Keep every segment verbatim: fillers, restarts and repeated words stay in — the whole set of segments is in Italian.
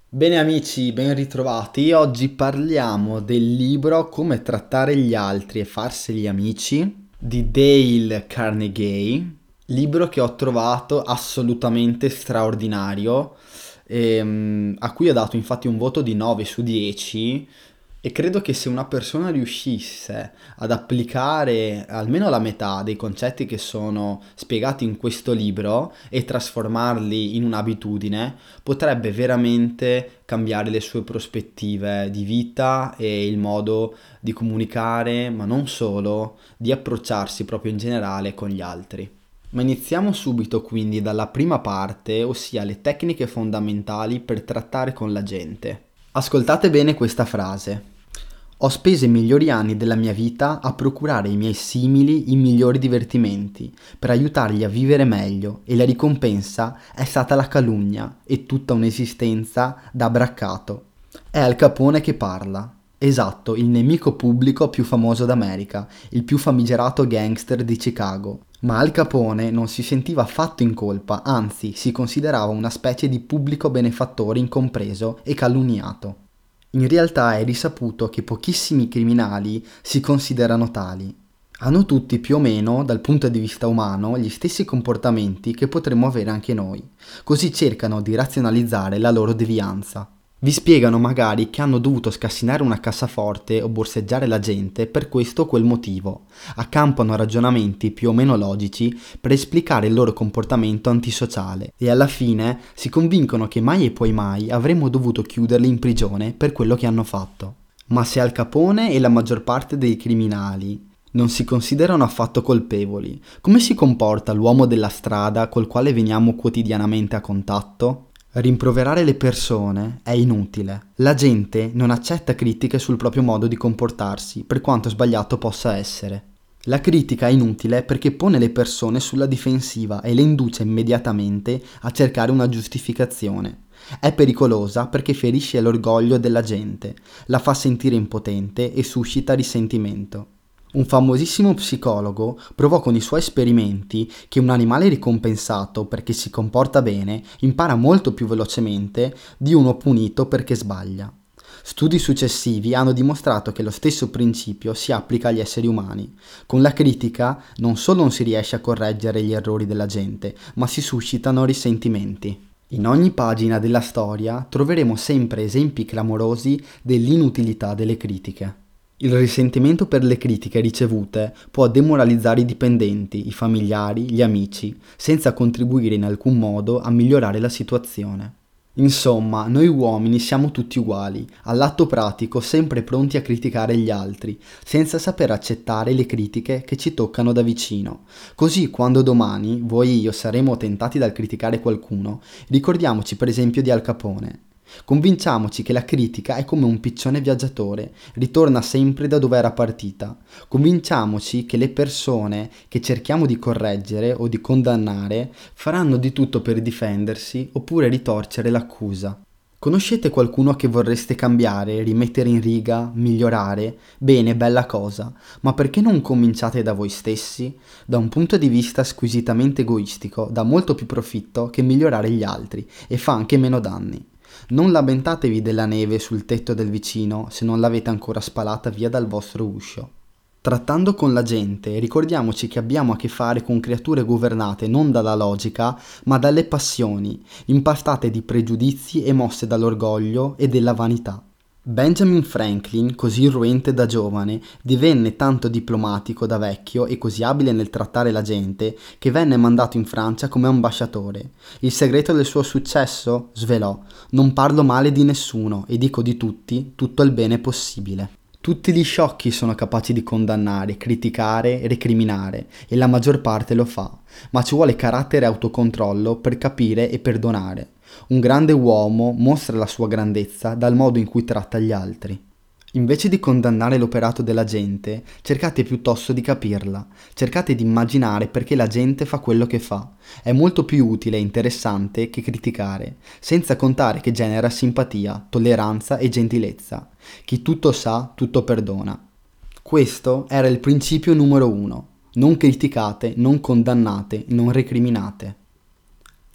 Bene amici, ben ritrovati. Oggi parliamo del libro Come trattare gli altri e farseli amici di Dale Carnegie, libro che ho trovato assolutamente straordinario, ehm, a cui ho dato infatti un voto di nove su dieci e credo che se una persona riuscisse ad applicare almeno la metà dei concetti che sono spiegati in questo libro e trasformarli in un'abitudine, potrebbe veramente cambiare le sue prospettive di vita e il modo di comunicare, ma non solo, di approcciarsi proprio in generale con gli altri. Ma iniziamo subito quindi dalla prima parte, ossia le tecniche fondamentali per trattare con la gente. Ascoltate bene questa frase. Ho speso i migliori anni della mia vita a procurare ai miei simili i migliori divertimenti, per aiutarli a vivere meglio, e la ricompensa è stata la calunnia e tutta un'esistenza da braccato. È Al Capone che parla. Esatto, il nemico pubblico più famoso d'America, il più famigerato gangster di Chicago. Ma Al Capone non si sentiva affatto in colpa, anzi si considerava una specie di pubblico benefattore incompreso e calunniato. In realtà è risaputo che pochissimi criminali si considerano tali. Hanno tutti più o meno, dal punto di vista umano, gli stessi comportamenti che potremmo avere anche noi, così cercano di razionalizzare la loro devianza. Vi spiegano magari che hanno dovuto scassinare una cassaforte o borseggiare la gente per questo o quel motivo. Accampano ragionamenti più o meno logici per esplicare il loro comportamento antisociale e alla fine si convincono che mai e poi mai avremmo dovuto chiuderli in prigione per quello che hanno fatto. Ma se Al Capone e la maggior parte dei criminali non si considerano affatto colpevoli, come si comporta l'uomo della strada col quale veniamo quotidianamente a contatto? Rimproverare le persone è inutile. La gente non accetta critiche sul proprio modo di comportarsi, per quanto sbagliato possa essere. La critica è inutile perché pone le persone sulla difensiva e le induce immediatamente a cercare una giustificazione. È pericolosa perché ferisce l'orgoglio della gente, la fa sentire impotente e suscita risentimento. Un famosissimo psicologo provò con i suoi esperimenti che un animale ricompensato perché si comporta bene impara molto più velocemente di uno punito perché sbaglia. Studi successivi hanno dimostrato che lo stesso principio si applica agli esseri umani. Con la critica non solo non si riesce a correggere gli errori della gente, ma si suscitano risentimenti. In ogni pagina della storia troveremo sempre esempi clamorosi dell'inutilità delle critiche. Il risentimento per le critiche ricevute può demoralizzare i dipendenti, i familiari, gli amici, senza contribuire in alcun modo a migliorare la situazione. Insomma, noi uomini siamo tutti uguali, all'atto pratico sempre pronti a criticare gli altri, senza saper accettare le critiche che ci toccano da vicino. Così quando domani, voi e io saremo tentati dal criticare qualcuno, ricordiamoci per esempio di Al Capone. Convinciamoci che la critica è come un piccione viaggiatore, ritorna sempre da dove era partita. Convinciamoci che le persone che cerchiamo di correggere o di condannare faranno di tutto per difendersi oppure ritorcere l'accusa. Conoscete qualcuno che vorreste cambiare, rimettere in riga, migliorare? Bene, bella cosa, ma perché non cominciate da voi stessi? Da un punto di vista squisitamente egoistico, dà molto più profitto che migliorare gli altri e fa anche meno danni. Non lamentatevi della neve sul tetto del vicino se non l'avete ancora spalata via dal vostro uscio. Trattando con la gente, ricordiamoci che abbiamo a che fare con creature governate non dalla logica, ma dalle passioni, impastate di pregiudizi e mosse dall'orgoglio e dalla vanità. Benjamin Franklin, così irruente da giovane, divenne tanto diplomatico da vecchio e così abile nel trattare la gente che venne mandato in Francia come ambasciatore. Il segreto del suo successo? Svelò: non parlo male di nessuno e dico di tutti tutto il bene possibile. Tutti gli sciocchi sono capaci di condannare, criticare, recriminare e la maggior parte lo fa, ma ci vuole carattere e autocontrollo per capire e perdonare. Un grande uomo mostra la sua grandezza dal modo in cui tratta gli altri. Invece di condannare l'operato della gente, cercate piuttosto di capirla, cercate di immaginare perché la gente fa quello che fa. È molto più utile e interessante che criticare, senza contare che genera simpatia, tolleranza e gentilezza. Chi tutto sa, tutto perdona. Questo era il principio numero uno. Non criticate, non condannate, non recriminate.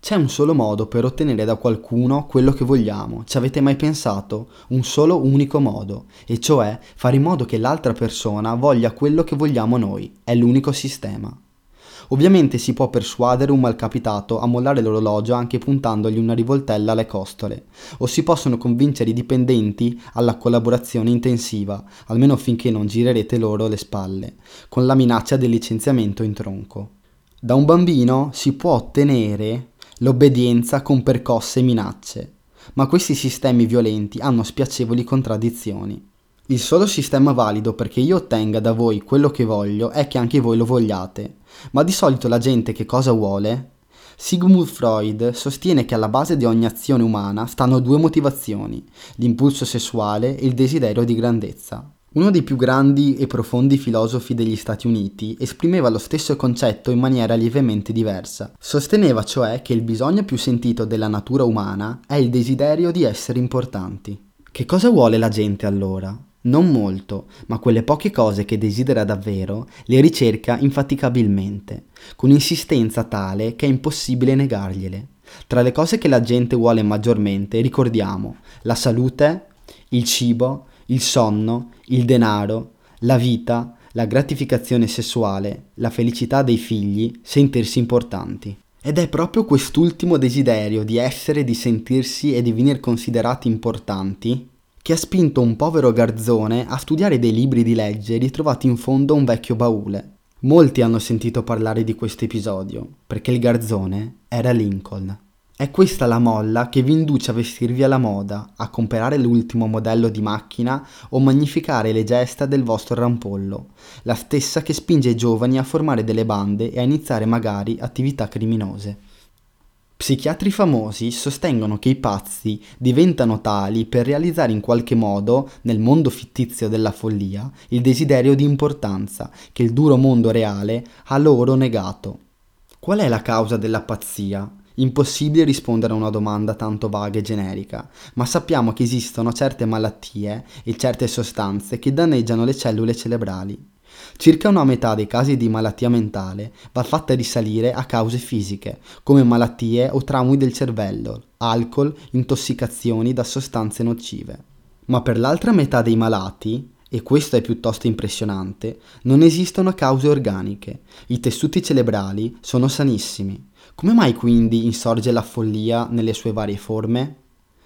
C'è un solo modo per ottenere da qualcuno quello che vogliamo. Ci avete mai pensato? Un solo unico modo, e cioè fare in modo che l'altra persona voglia quello che vogliamo noi. È l'unico sistema. Ovviamente si può persuadere un malcapitato a mollare l'orologio anche puntandogli una rivoltella alle costole, o si possono convincere i dipendenti alla collaborazione intensiva, almeno finché non girerete loro le spalle, con la minaccia del licenziamento in tronco. Da un bambino si può ottenere l'obbedienza con percosse e minacce, ma questi sistemi violenti hanno spiacevoli contraddizioni. Il solo sistema valido perché io ottenga da voi quello che voglio è che anche voi lo vogliate. Ma di solito la gente che cosa vuole? Sigmund Freud sostiene che alla base di ogni azione umana stanno due motivazioni, l'impulso sessuale e il desiderio di grandezza. Uno dei più grandi e profondi filosofi degli Stati Uniti esprimeva lo stesso concetto in maniera lievemente diversa. Sosteneva cioè che il bisogno più sentito della natura umana è il desiderio di essere importanti. Che cosa vuole la gente allora? Non molto, ma quelle poche cose che desidera davvero le ricerca infaticabilmente, con insistenza tale che è impossibile negargliele. Tra le cose che la gente vuole maggiormente ricordiamo la salute, il cibo, il sonno, il denaro, la vita, la gratificazione sessuale, la felicità dei figli, sentirsi importanti. Ed è proprio quest'ultimo desiderio di essere, di sentirsi e di venire considerati importanti che ha spinto un povero garzone a studiare dei libri di legge ritrovati in fondo a un vecchio baule. Molti hanno sentito parlare di questo episodio, perché il garzone era Lincoln. È questa la molla che vi induce a vestirvi alla moda, a comprare l'ultimo modello di macchina o magnificare le gesta del vostro rampollo, la stessa che spinge i giovani a formare delle bande e a iniziare magari attività criminose. Psichiatri famosi sostengono che i pazzi diventano tali per realizzare in qualche modo, nel mondo fittizio della follia, il desiderio di importanza che il duro mondo reale ha loro negato. Qual è la causa della pazzia? Impossibile rispondere a una domanda tanto vaga e generica, ma sappiamo che esistono certe malattie e certe sostanze che danneggiano le cellule cerebrali. Circa una metà dei casi di malattia mentale va fatta risalire a cause fisiche, come malattie o traumi del cervello, alcol, intossicazioni da sostanze nocive. Ma per l'altra metà dei malati, e questo è piuttosto impressionante, non esistono cause organiche. I tessuti cerebrali sono sanissimi. Come mai quindi insorge la follia nelle sue varie forme?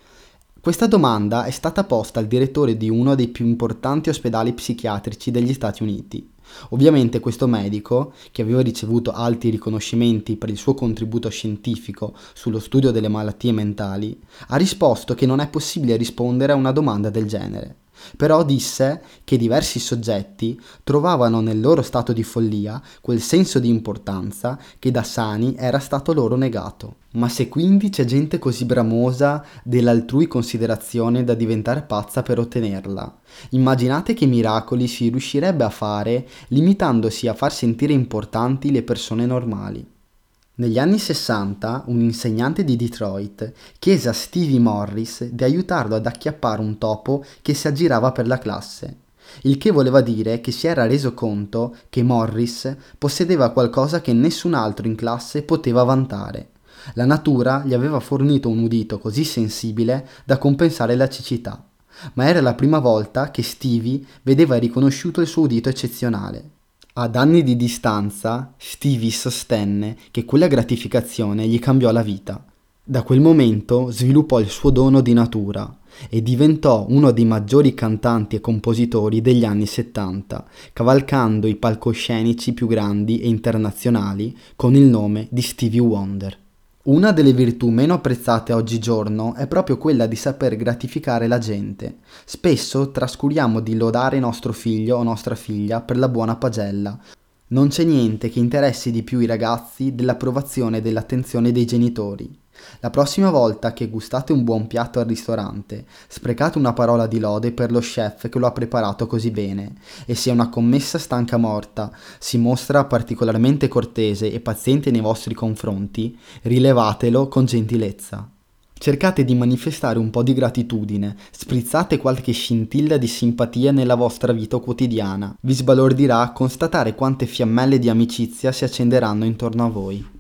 Questa domanda è stata posta al direttore di uno dei più importanti ospedali psichiatrici degli Stati Uniti. Ovviamente questo medico, che aveva ricevuto alti riconoscimenti per il suo contributo scientifico sullo studio delle malattie mentali, ha risposto che non è possibile rispondere a una domanda del genere. Però disse che diversi soggetti trovavano nel loro stato di follia quel senso di importanza che da sani era stato loro negato. Ma se quindi c'è gente così bramosa dell'altrui considerazione da diventare pazza per ottenerla, immaginate che miracoli si riuscirebbe a fare limitandosi a far sentire importanti le persone normali. Negli anni sessanta un insegnante di Detroit chiese a Stevie Morris di aiutarlo ad acchiappare un topo che si aggirava per la classe, il che voleva dire che si era reso conto che Morris possedeva qualcosa che nessun altro in classe poteva vantare. La natura gli aveva fornito un udito così sensibile da compensare la cecità, ma era la prima volta che Stevie vedeva riconosciuto il suo udito eccezionale. Ad anni di distanza, Stevie sostenne che quella gratificazione gli cambiò la vita. Da quel momento sviluppò il suo dono di natura e diventò uno dei maggiori cantanti e compositori degli anni settanta, cavalcando i palcoscenici più grandi e internazionali con il nome di Stevie Wonder. Una delle virtù meno apprezzate oggigiorno è proprio quella di saper gratificare la gente. Spesso trascuriamo di lodare nostro figlio o nostra figlia per la buona pagella. Non c'è niente che interessi di più i ragazzi dell'approvazione e dell'attenzione dei genitori. La prossima volta che gustate un buon piatto al ristorante, sprecate una parola di lode per lo chef che lo ha preparato così bene, e se una commessa stanca morta si mostra particolarmente cortese e paziente nei vostri confronti, rilevatelo con gentilezza. Cercate di manifestare un po' di gratitudine, sprizzate qualche scintilla di simpatia nella vostra vita quotidiana. Vi sbalordirà constatare quante fiammelle di amicizia si accenderanno intorno a voi.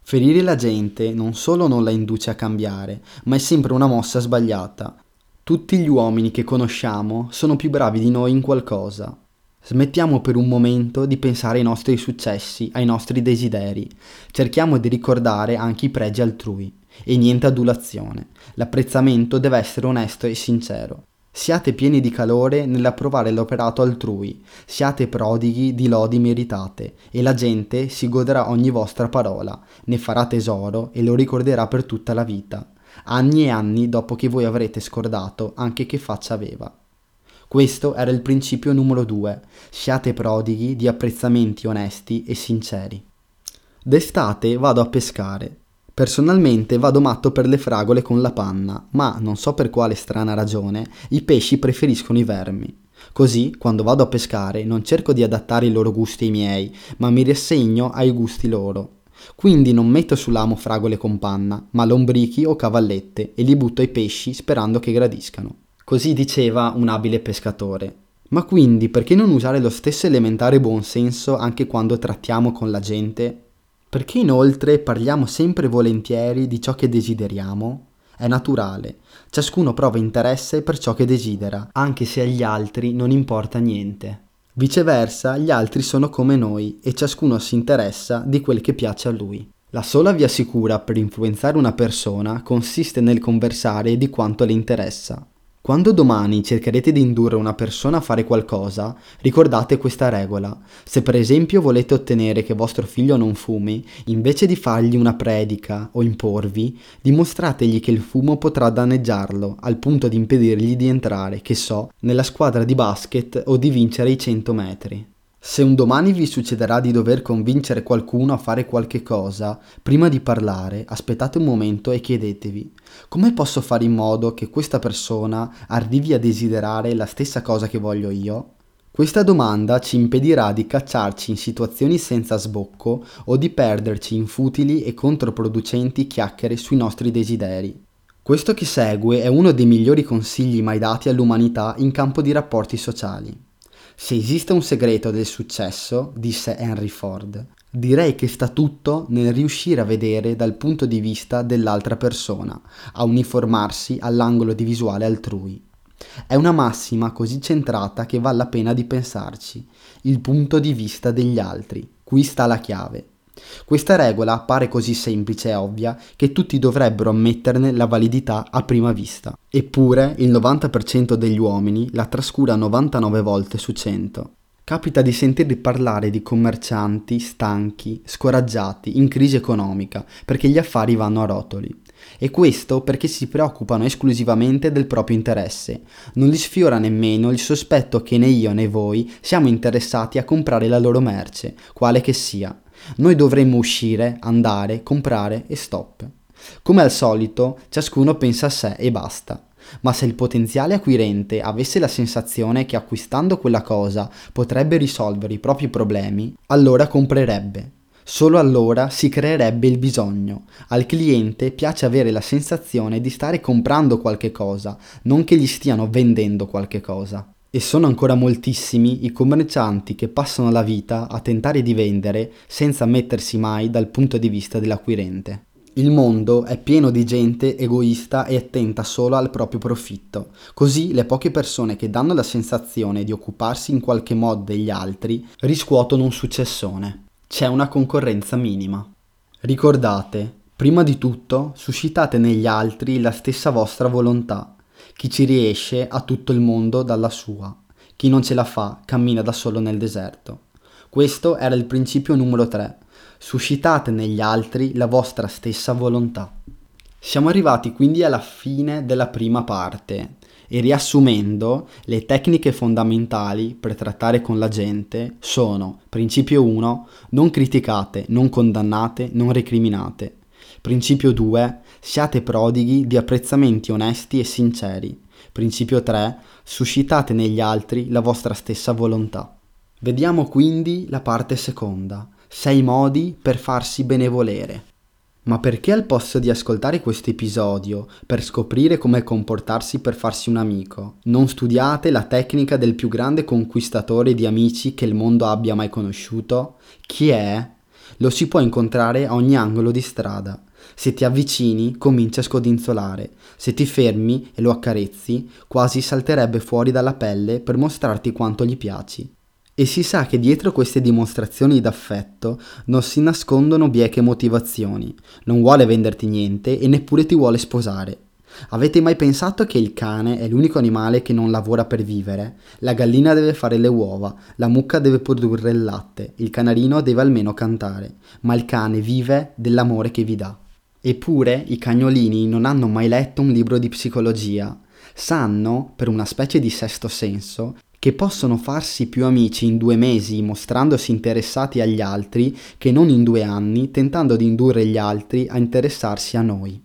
Ferire la gente non solo non la induce a cambiare, ma è sempre una mossa sbagliata. Tutti gli uomini che conosciamo sono più bravi di noi in qualcosa. Smettiamo per un momento di pensare ai nostri successi, ai nostri desideri. Cerchiamo di ricordare anche i pregi altrui. E niente adulazione. L'apprezzamento deve essere onesto e sincero. Siate pieni di calore nell'approvare l'operato altrui. Siate prodighi di lodi meritate. E la gente si goderà ogni vostra parola, ne farà tesoro e lo ricorderà per tutta la vita. Anni e anni dopo che voi avrete scordato anche che faccia aveva. Questo era il principio numero due. Siate prodighi di apprezzamenti onesti e sinceri. D'estate vado a pescare. Personalmente vado matto per le fragole con la panna, ma non so per quale strana ragione i pesci preferiscono i vermi. Così, quando vado a pescare, non cerco di adattare i loro gusti ai miei, ma mi rassegno ai gusti loro. Quindi non metto sull'amo fragole con panna, ma lombrichi o cavallette e li butto ai pesci sperando che gradiscano. Così diceva un abile pescatore. Ma quindi perché non usare lo stesso elementare buonsenso anche quando trattiamo con la gente? Perché inoltre parliamo sempre volentieri di ciò che desideriamo? È naturale, ciascuno prova interesse per ciò che desidera, anche se agli altri non importa niente. Viceversa, gli altri sono come noi e ciascuno si interessa di quel che piace a lui. La sola via sicura per influenzare una persona consiste nel conversare di quanto le interessa. Quando domani cercherete di indurre una persona a fare qualcosa, ricordate questa regola. Se per esempio volete ottenere che vostro figlio non fumi, invece di fargli una predica o imporvi, dimostrategli che il fumo potrà danneggiarlo, al punto di impedirgli di entrare, che so, nella squadra di basket o di vincere i cento metri. Se un domani vi succederà di dover convincere qualcuno a fare qualche cosa, prima di parlare, aspettate un momento e chiedetevi: come posso fare in modo che questa persona arrivi a desiderare la stessa cosa che voglio io? Questa domanda ci impedirà di cacciarci in situazioni senza sbocco o di perderci in futili e controproducenti chiacchiere sui nostri desideri. Questo che segue è uno dei migliori consigli mai dati all'umanità in campo di rapporti sociali. Se esiste un segreto del successo, disse Henry Ford, direi che sta tutto nel riuscire a vedere dal punto di vista dell'altra persona, a uniformarsi all'angolo di visuale altrui. È una massima così centrata che vale la pena di pensarci. Il punto di vista degli altri. Qui sta la chiave. Questa regola appare così semplice e ovvia che tutti dovrebbero ammetterne la validità a prima vista. Eppure il novanta per cento degli uomini la trascura novantanove volte su cento. Capita di sentirli parlare di commercianti stanchi, scoraggiati, in crisi economica, perché gli affari vanno a rotoli. E questo perché si preoccupano esclusivamente del proprio interesse. Non li sfiora nemmeno il sospetto che né io né voi siamo interessati a comprare la loro merce, quale che sia. Noi dovremmo uscire, andare, comprare e stop. Come al solito, ciascuno pensa a sé e basta. Ma se il potenziale acquirente avesse la sensazione che acquistando quella cosa potrebbe risolvere i propri problemi, allora comprerebbe. Solo allora si creerebbe il bisogno. Al cliente piace avere la sensazione di stare comprando qualche cosa, non che gli stiano vendendo qualche cosa. E sono ancora moltissimi i commercianti che passano la vita a tentare di vendere senza mettersi mai dal punto di vista dell'acquirente. Il mondo è pieno di gente egoista e attenta solo al proprio profitto. Così le poche persone che danno la sensazione di occuparsi in qualche modo degli altri riscuotono un successone. C'è una concorrenza minima. Ricordate, prima di tutto, suscitate negli altri la stessa vostra volontà. Chi ci riesce ha tutto il mondo dalla sua. Chi non ce la fa cammina da solo nel deserto. Questo era il principio numero tre. Suscitate negli altri la vostra stessa volontà. Siamo arrivati quindi alla fine della prima parte e riassumendo, le tecniche fondamentali per trattare con la gente sono: principio uno, non criticate, non condannate, non recriminate. Principio due, siate prodighi di apprezzamenti onesti e sinceri. Principio tre, suscitate negli altri la vostra stessa volontà. Vediamo quindi la parte seconda. Sei modi per farsi benevolere. Ma perché al posto di ascoltare questo episodio per scoprire come comportarsi per farsi un amico, non studiate la tecnica del più grande conquistatore di amici che il mondo abbia mai conosciuto? Chi è? Lo si può incontrare a ogni angolo di strada. Se ti avvicini, comincia a scodinzolare. Se ti fermi e lo accarezzi, quasi salterebbe fuori dalla pelle per mostrarti quanto gli piaci. E si sa che dietro queste dimostrazioni d'affetto non si nascondono bieche motivazioni. Non vuole venderti niente e neppure ti vuole sposare. Avete mai pensato che il cane è l'unico animale che non lavora per vivere? La gallina deve fare le uova, la mucca deve produrre il latte, il canarino deve almeno cantare, ma il cane vive dell'amore che vi dà. Eppure i cagnolini non hanno mai letto un libro di psicologia. Sanno, per una specie di sesto senso, che possono farsi più amici in due mesi mostrandosi interessati agli altri che non in due anni tentando di indurre gli altri a interessarsi a noi.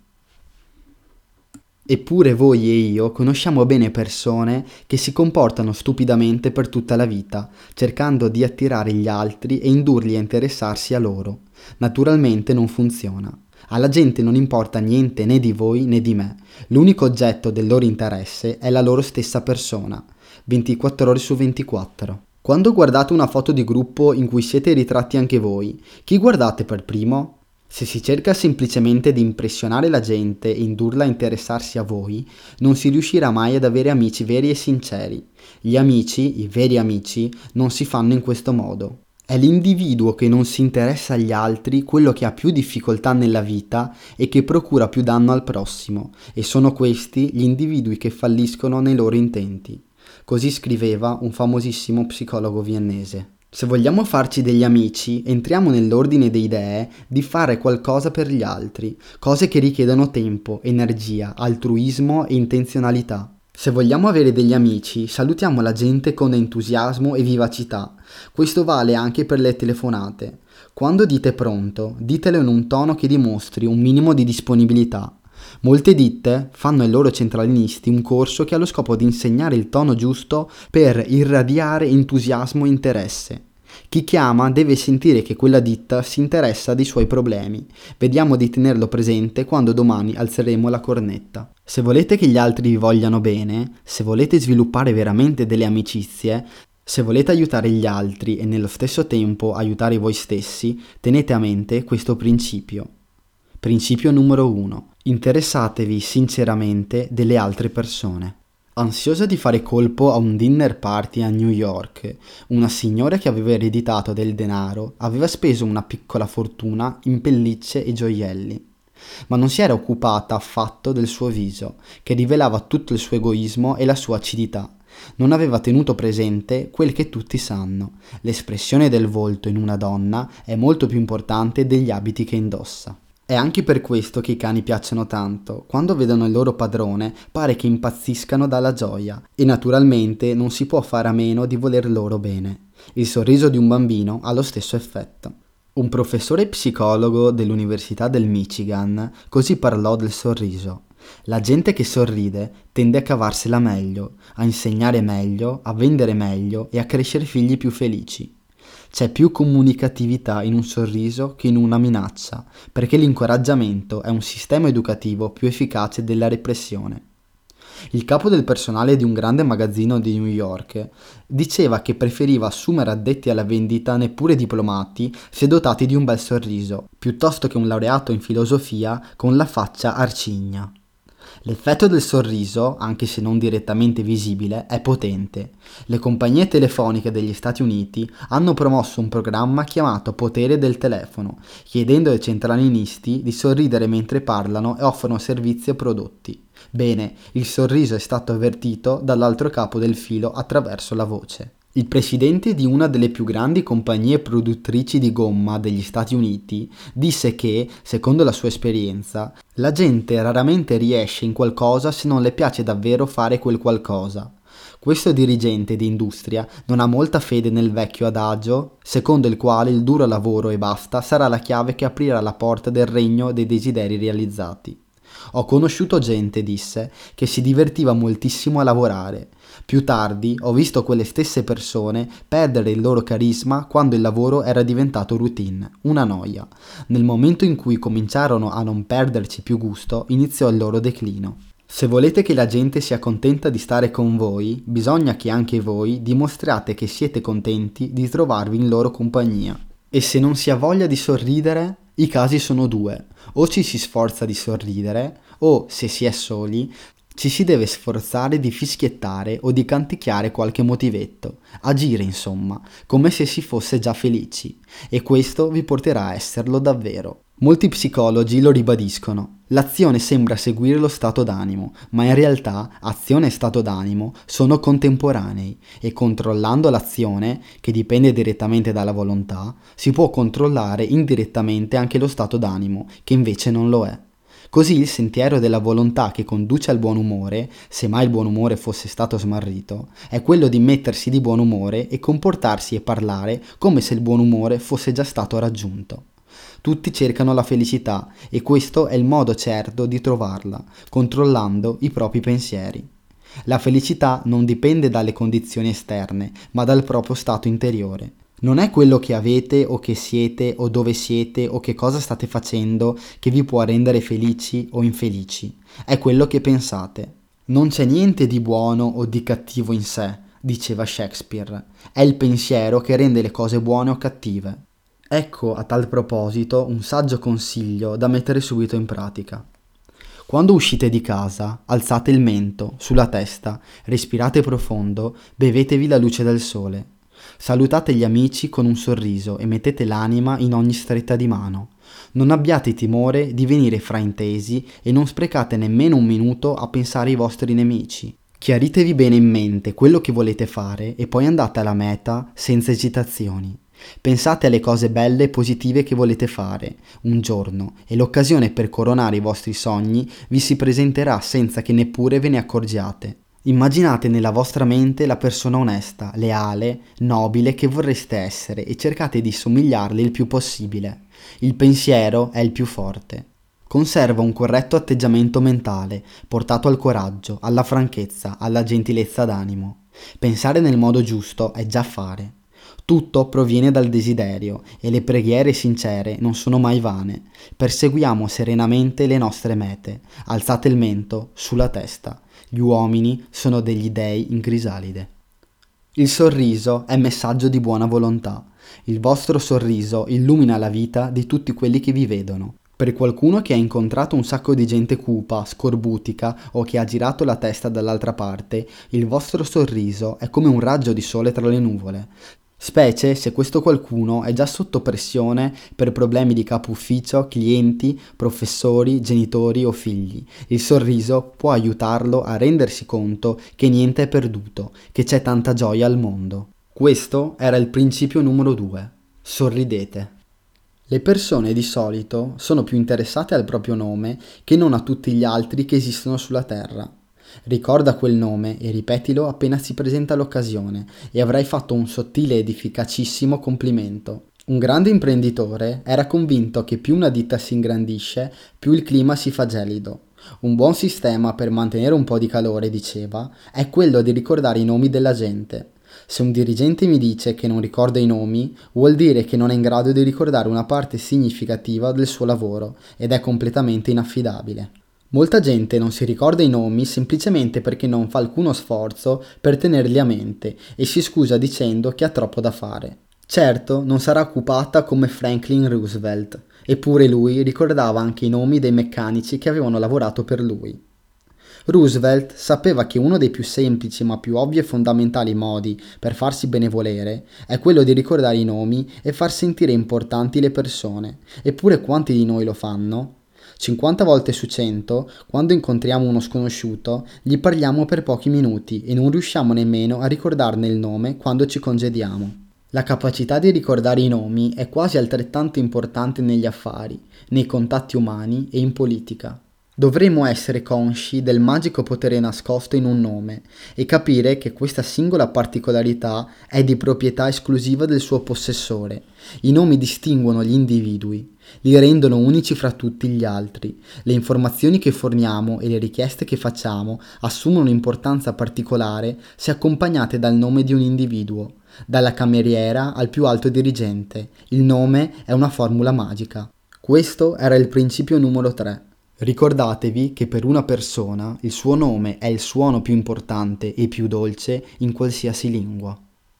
Eppure voi e io conosciamo bene persone che si comportano stupidamente per tutta la vita, cercando di attirare gli altri e indurli a interessarsi a loro. Naturalmente non funziona. Alla gente non importa niente né di voi né di me. L'unico oggetto del loro interesse è la loro stessa persona. ventiquattro ore su ventiquattro. Quando guardate una foto di gruppo in cui siete ritratti anche voi, chi guardate per primo? Se si cerca semplicemente di impressionare la gente e indurla a interessarsi a voi, non si riuscirà mai ad avere amici veri e sinceri. Gli amici, i veri amici, non si fanno in questo modo. È l'individuo che non si interessa agli altri quello che ha più difficoltà nella vita e che procura più danno al prossimo, e sono questi gli individui che falliscono nei loro intenti. Così scriveva un famosissimo psicologo viennese. Se vogliamo farci degli amici, entriamo nell'ordine delle idee di fare qualcosa per gli altri, cose che richiedono tempo, energia, altruismo e intenzionalità. Se vogliamo avere degli amici, salutiamo la gente con entusiasmo e vivacità. Questo vale anche per le telefonate. Quando dite pronto, ditelo in un tono che dimostri un minimo di disponibilità. Molte ditte fanno ai loro centralinisti un corso che ha lo scopo di insegnare il tono giusto per irradiare entusiasmo e interesse. Chi chiama deve sentire che quella ditta si interessa dei suoi problemi. Vediamo di tenerlo presente quando domani alzeremo la cornetta. Se volete che gli altri vi vogliano bene, se volete sviluppare veramente delle amicizie, se volete aiutare gli altri e nello stesso tempo aiutare voi stessi, tenete a mente questo principio. Principio numero uno. Interessatevi sinceramente delle altre persone. Ansiosa di fare colpo a un dinner party a New York, una signora che aveva ereditato del denaro aveva speso una piccola fortuna in pellicce e gioielli, ma non si era occupata affatto del suo viso, che rivelava tutto il suo egoismo e la sua acidità. Non aveva tenuto presente quel che tutti sanno: l'espressione del volto in una donna è molto più importante degli abiti che indossa. È anche per questo che i cani piacciono tanto. Quando vedono il loro padrone pare che impazziscano dalla gioia e naturalmente non si può fare a meno di voler loro bene. Il sorriso di un bambino ha lo stesso effetto. Un professore psicologo dell'Università del Michigan così parlò del sorriso. La gente che sorride tende a cavarsela meglio, a insegnare meglio, a vendere meglio e a crescere figli più felici. C'è più comunicatività in un sorriso che in una minaccia, perché l'incoraggiamento è un sistema educativo più efficace della repressione. Il capo del personale di un grande magazzino di New York diceva che preferiva assumere addetti alla vendita neppure diplomati se dotati di un bel sorriso, piuttosto che un laureato in filosofia con la faccia arcigna. L'effetto del sorriso, anche se non direttamente visibile, è potente. Le compagnie telefoniche degli Stati Uniti hanno promosso un programma chiamato Potere del telefono, chiedendo ai centralinisti di sorridere mentre parlano e offrono servizi e prodotti. Bene, il sorriso è stato avvertito dall'altro capo del filo attraverso la voce. Il presidente di una delle più grandi compagnie produttrici di gomma degli Stati Uniti disse che, secondo la sua esperienza, la gente raramente riesce in qualcosa se non le piace davvero fare quel qualcosa. Questo dirigente di industria non ha molta fede nel vecchio adagio, secondo il quale il duro lavoro e basta sarà la chiave che aprirà la porta del regno dei desideri realizzati. Ho conosciuto gente, disse, che si divertiva moltissimo a lavorare. Più tardi ho visto quelle stesse persone perdere il loro carisma quando il lavoro era diventato routine, una noia. Nel momento in cui cominciarono a non perderci più gusto, iniziò il loro declino. Se volete che la gente sia contenta di stare con voi, bisogna che anche voi dimostrate che siete contenti di trovarvi in loro compagnia. E se non si ha voglia di sorridere, i casi sono due. O ci si sforza di sorridere, o, se si è soli, ci si deve sforzare di fischiettare o di canticchiare qualche motivetto, agire insomma, come se si fosse già felici, e questo vi porterà a esserlo davvero. Molti psicologi lo ribadiscono. L'azione sembra seguire lo stato d'animo, ma in realtà azione e stato d'animo sono contemporanei e controllando l'azione, che dipende direttamente dalla volontà, si può controllare indirettamente anche lo stato d'animo, che invece non lo è. Così il sentiero della volontà che conduce al buon umore, se mai il buon umore fosse stato smarrito, è quello di mettersi di buon umore e comportarsi e parlare come se il buon umore fosse già stato raggiunto. Tutti cercano la felicità e questo è il modo certo di trovarla, controllando i propri pensieri. La felicità non dipende dalle condizioni esterne, ma dal proprio stato interiore. Non è quello che avete o che siete o dove siete o che cosa state facendo che vi può rendere felici o infelici, è quello che pensate. Non c'è niente di buono o di cattivo in sé, diceva Shakespeare, è il pensiero che rende le cose buone o cattive. Ecco a tal proposito un saggio consiglio da mettere subito in pratica. Quando uscite di casa, alzate il mento sulla testa, respirate profondo, bevetevi la luce del sole. Salutate gli amici con un sorriso e mettete l'anima in ogni stretta di mano. Non abbiate timore di venire fraintesi e non sprecate nemmeno un minuto a pensare ai vostri nemici. Chiaritevi bene in mente quello che volete fare e poi andate alla meta senza esitazioni. Pensate alle cose belle e positive che volete fare un giorno e l'occasione per coronare i vostri sogni vi si presenterà senza che neppure ve ne accorgiate. Immaginate nella vostra mente la persona onesta, leale, nobile che vorreste essere e cercate di somigliarle il più possibile. Il pensiero è il più forte. Conserva un corretto atteggiamento mentale, portato al coraggio, alla franchezza, alla gentilezza d'animo. Pensare nel modo giusto è già fare. Tutto proviene dal desiderio e le preghiere sincere non sono mai vane. Perseguiamo serenamente le nostre mete. Alzate il mento sulla testa. Gli uomini sono degli dei in crisalide. Il sorriso è messaggio di buona volontà. Il vostro sorriso illumina la vita di tutti quelli che vi vedono. Per qualcuno che ha incontrato un sacco di gente cupa, scorbutica o che ha girato la testa dall'altra parte, il vostro sorriso è come un raggio di sole tra le nuvole. Specie se questo qualcuno è già sotto pressione per problemi di capo ufficio, clienti, professori, genitori o figli. Il sorriso può aiutarlo a rendersi conto che niente è perduto, che c'è tanta gioia al mondo. Questo era il principio numero due. Sorridete. Le persone di solito sono più interessate al proprio nome che non a tutti gli altri che esistono sulla Terra. Ricorda quel nome e ripetilo appena si presenta l'occasione e avrai fatto un sottile ed efficacissimo complimento. Un grande imprenditore era convinto che più una ditta si ingrandisce, più il clima si fa gelido. Un buon sistema per mantenere un po' di calore, diceva, è quello di ricordare i nomi della gente. Se un dirigente mi dice che non ricorda i nomi, vuol dire che non è in grado di ricordare una parte significativa del suo lavoro ed è completamente inaffidabile. Molta gente non si ricorda i nomi semplicemente perché non fa alcuno sforzo per tenerli a mente e si scusa dicendo che ha troppo da fare. Certo, non sarà occupata come Franklin Roosevelt, eppure lui ricordava anche i nomi dei meccanici che avevano lavorato per lui. Roosevelt sapeva che uno dei più semplici ma più ovvi e fondamentali modi per farsi benevolere è quello di ricordare i nomi e far sentire importanti le persone, eppure quanti di noi lo fanno? cinquanta volte su cento, quando incontriamo uno sconosciuto, gli parliamo per pochi minuti e non riusciamo nemmeno a ricordarne il nome quando ci congediamo. La capacità di ricordare i nomi è quasi altrettanto importante negli affari, nei contatti umani e in politica. Dovremmo essere consci del magico potere nascosto in un nome e capire che questa singola particolarità è di proprietà esclusiva del suo possessore. I nomi distinguono gli individui, li rendono unici fra tutti gli altri. Le informazioni che forniamo e le richieste che facciamo assumono un'importanza particolare se accompagnate dal nome di un individuo, dalla cameriera al più alto dirigente. Il nome è una formula magica. Questo era il principio numero tre. Ricordatevi che per una persona il suo nome è il suono più importante e più dolce in qualsiasi lingua.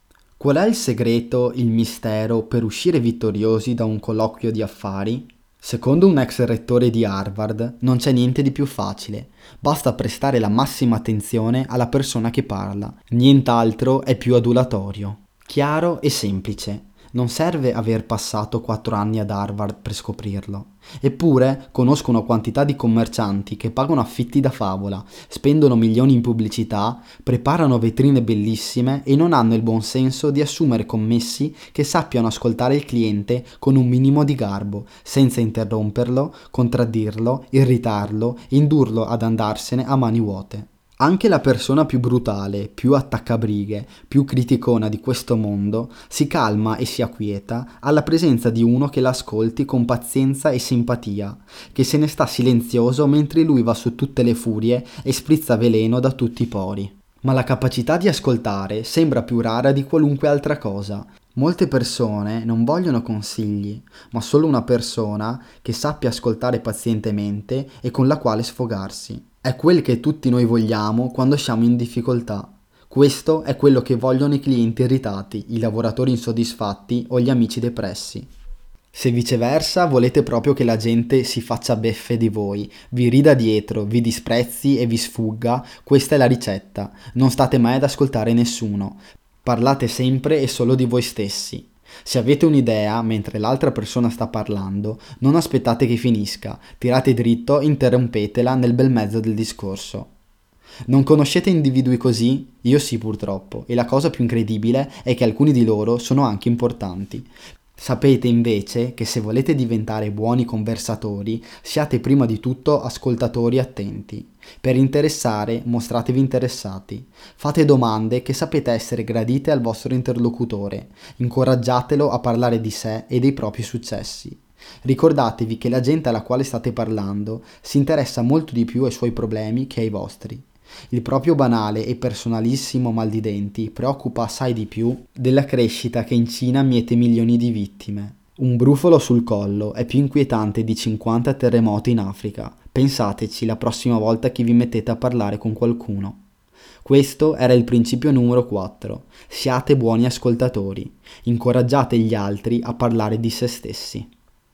Qual è il segreto, il mistero per uscire vittoriosi da un colloquio di affari? Secondo un ex rettore di Harvard, non c'è niente di più facile. Basta prestare la massima attenzione alla persona che parla. Nient'altro è più adulatorio. Chiaro e semplice. Non serve aver passato quattro anni ad Harvard per scoprirlo. Eppure conosco una quantità di commercianti che pagano affitti da favola, spendono milioni in pubblicità, preparano vetrine bellissime e non hanno il buon senso di assumere commessi che sappiano ascoltare il cliente con un minimo di garbo, senza interromperlo, contraddirlo, irritarlo e indurlo ad andarsene a mani vuote. Anche la persona più brutale, più attaccabrighe, più criticona di questo mondo si calma e si acquieta alla presenza di uno che l'ascolti con pazienza e simpatia, che se ne sta silenzioso mentre lui va su tutte le furie e sprizza veleno da tutti i pori. Ma la capacità di ascoltare sembra più rara di qualunque altra cosa. Molte persone non vogliono consigli, ma solo una persona che sappia ascoltare pazientemente e con la quale sfogarsi. È quel che tutti noi vogliamo quando siamo in difficoltà. Questo è quello che vogliono i clienti irritati, i lavoratori insoddisfatti o gli amici depressi. Se viceversa volete proprio che la gente si faccia beffe di voi, vi rida dietro, vi disprezzi e vi sfugga, questa è la ricetta. Non state mai ad ascoltare nessuno. Parlate sempre e solo di voi stessi. Se avete un'idea mentre l'altra persona sta parlando, non aspettate che finisca, tirate dritto e interrompetela nel bel mezzo del discorso. Non conoscete individui così? Io sì, purtroppo, e la cosa più incredibile è che alcuni di loro sono anche importanti. Sapete invece che se volete diventare buoni conversatori, siate prima di tutto ascoltatori attenti. Per interessare, mostratevi interessati. Fate domande che sapete essere gradite al vostro interlocutore. Incoraggiatelo a parlare di sé e dei propri successi. Ricordatevi che la gente alla quale state parlando si interessa molto di più ai suoi problemi che ai vostri. Il proprio banale e personalissimo mal di denti preoccupa assai di più della crescita che in Cina miete milioni di vittime. Un brufolo sul collo è più inquietante di cinquanta terremoti in Africa. Pensateci la prossima volta che vi mettete a parlare con qualcuno. Questo era il principio numero quattro. Siate buoni ascoltatori. Incoraggiate gli altri a parlare di se stessi.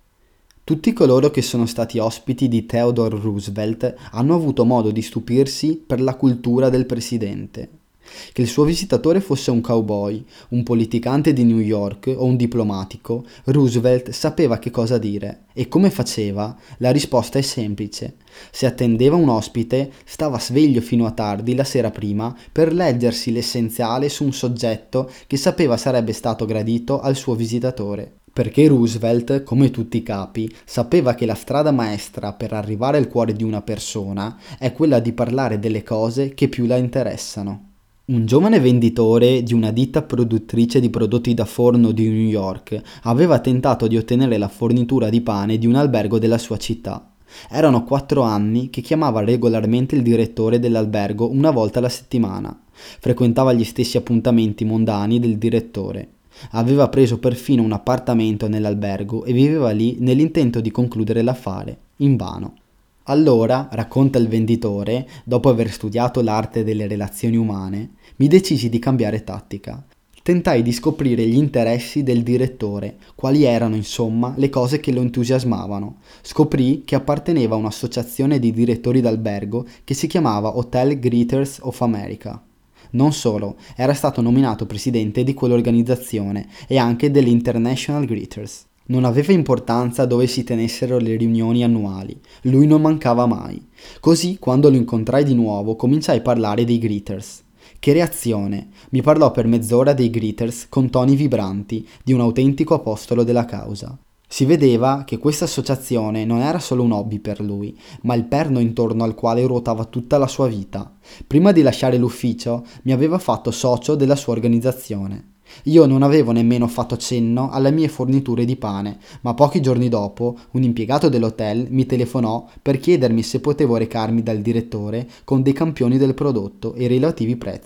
Tutti coloro che sono stati ospiti di Theodore Roosevelt hanno avuto modo di stupirsi per la cultura del presidente. Che il suo visitatore fosse un cowboy, un politicante di New York o un diplomatico, Roosevelt sapeva che cosa dire. E come faceva? La risposta è semplice. Se attendeva un ospite, stava sveglio fino a tardi la sera prima per leggersi l'essenziale su un soggetto che sapeva sarebbe stato gradito al suo visitatore. Perché Roosevelt, come tutti i capi, sapeva che la strada maestra per arrivare al cuore di una persona è quella di parlare delle cose che più la interessano. Un giovane venditore di una ditta produttrice di prodotti da forno di New York aveva tentato di ottenere la fornitura di pane di un albergo della sua città. Erano quattro anni che chiamava regolarmente il direttore dell'albergo una volta alla settimana. Frequentava gli stessi appuntamenti mondani del direttore. Aveva preso perfino un appartamento nell'albergo e viveva lì nell'intento di concludere l'affare, invano. Allora, racconta il venditore, dopo aver studiato l'arte delle relazioni umane, mi decisi di cambiare tattica. Tentai di scoprire gli interessi del direttore, quali erano insomma le cose che lo entusiasmavano. Scoprì che apparteneva a un'associazione di direttori d'albergo che si chiamava Hotel Greeters of America. Non solo, era stato nominato presidente di quell'organizzazione e anche dell'International Greeters. Non aveva importanza dove si tenessero le riunioni annuali, lui non mancava mai. Così, quando lo incontrai di nuovo, cominciai a parlare dei Greeters. Che reazione! Mi parlò per mezz'ora dei Greeters con toni vibranti, di un autentico apostolo della causa. Si vedeva che questa associazione non era solo un hobby per lui, ma il perno intorno al quale ruotava tutta la sua vita. Prima di lasciare l'ufficio mi aveva fatto socio della sua organizzazione. Io non avevo nemmeno fatto cenno alle mie forniture di pane, ma pochi giorni dopo un impiegato dell'hotel mi telefonò per chiedermi se potevo recarmi dal direttore con dei campioni del prodotto e i relativi prezzi.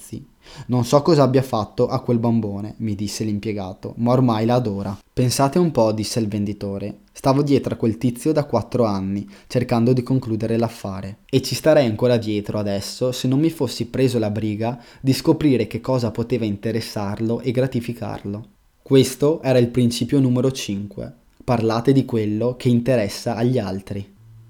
Non so cosa abbia fatto a quel bambone, mi disse l'impiegato, ma ormai la adora. Pensate un po', disse il venditore. Stavo dietro a quel tizio da quattro anni, cercando di concludere l'affare. E ci starei ancora dietro adesso se non mi fossi preso la briga di scoprire che cosa poteva interessarlo e gratificarlo. Questo era il principio numero cinque. Parlate di quello che interessa agli altri.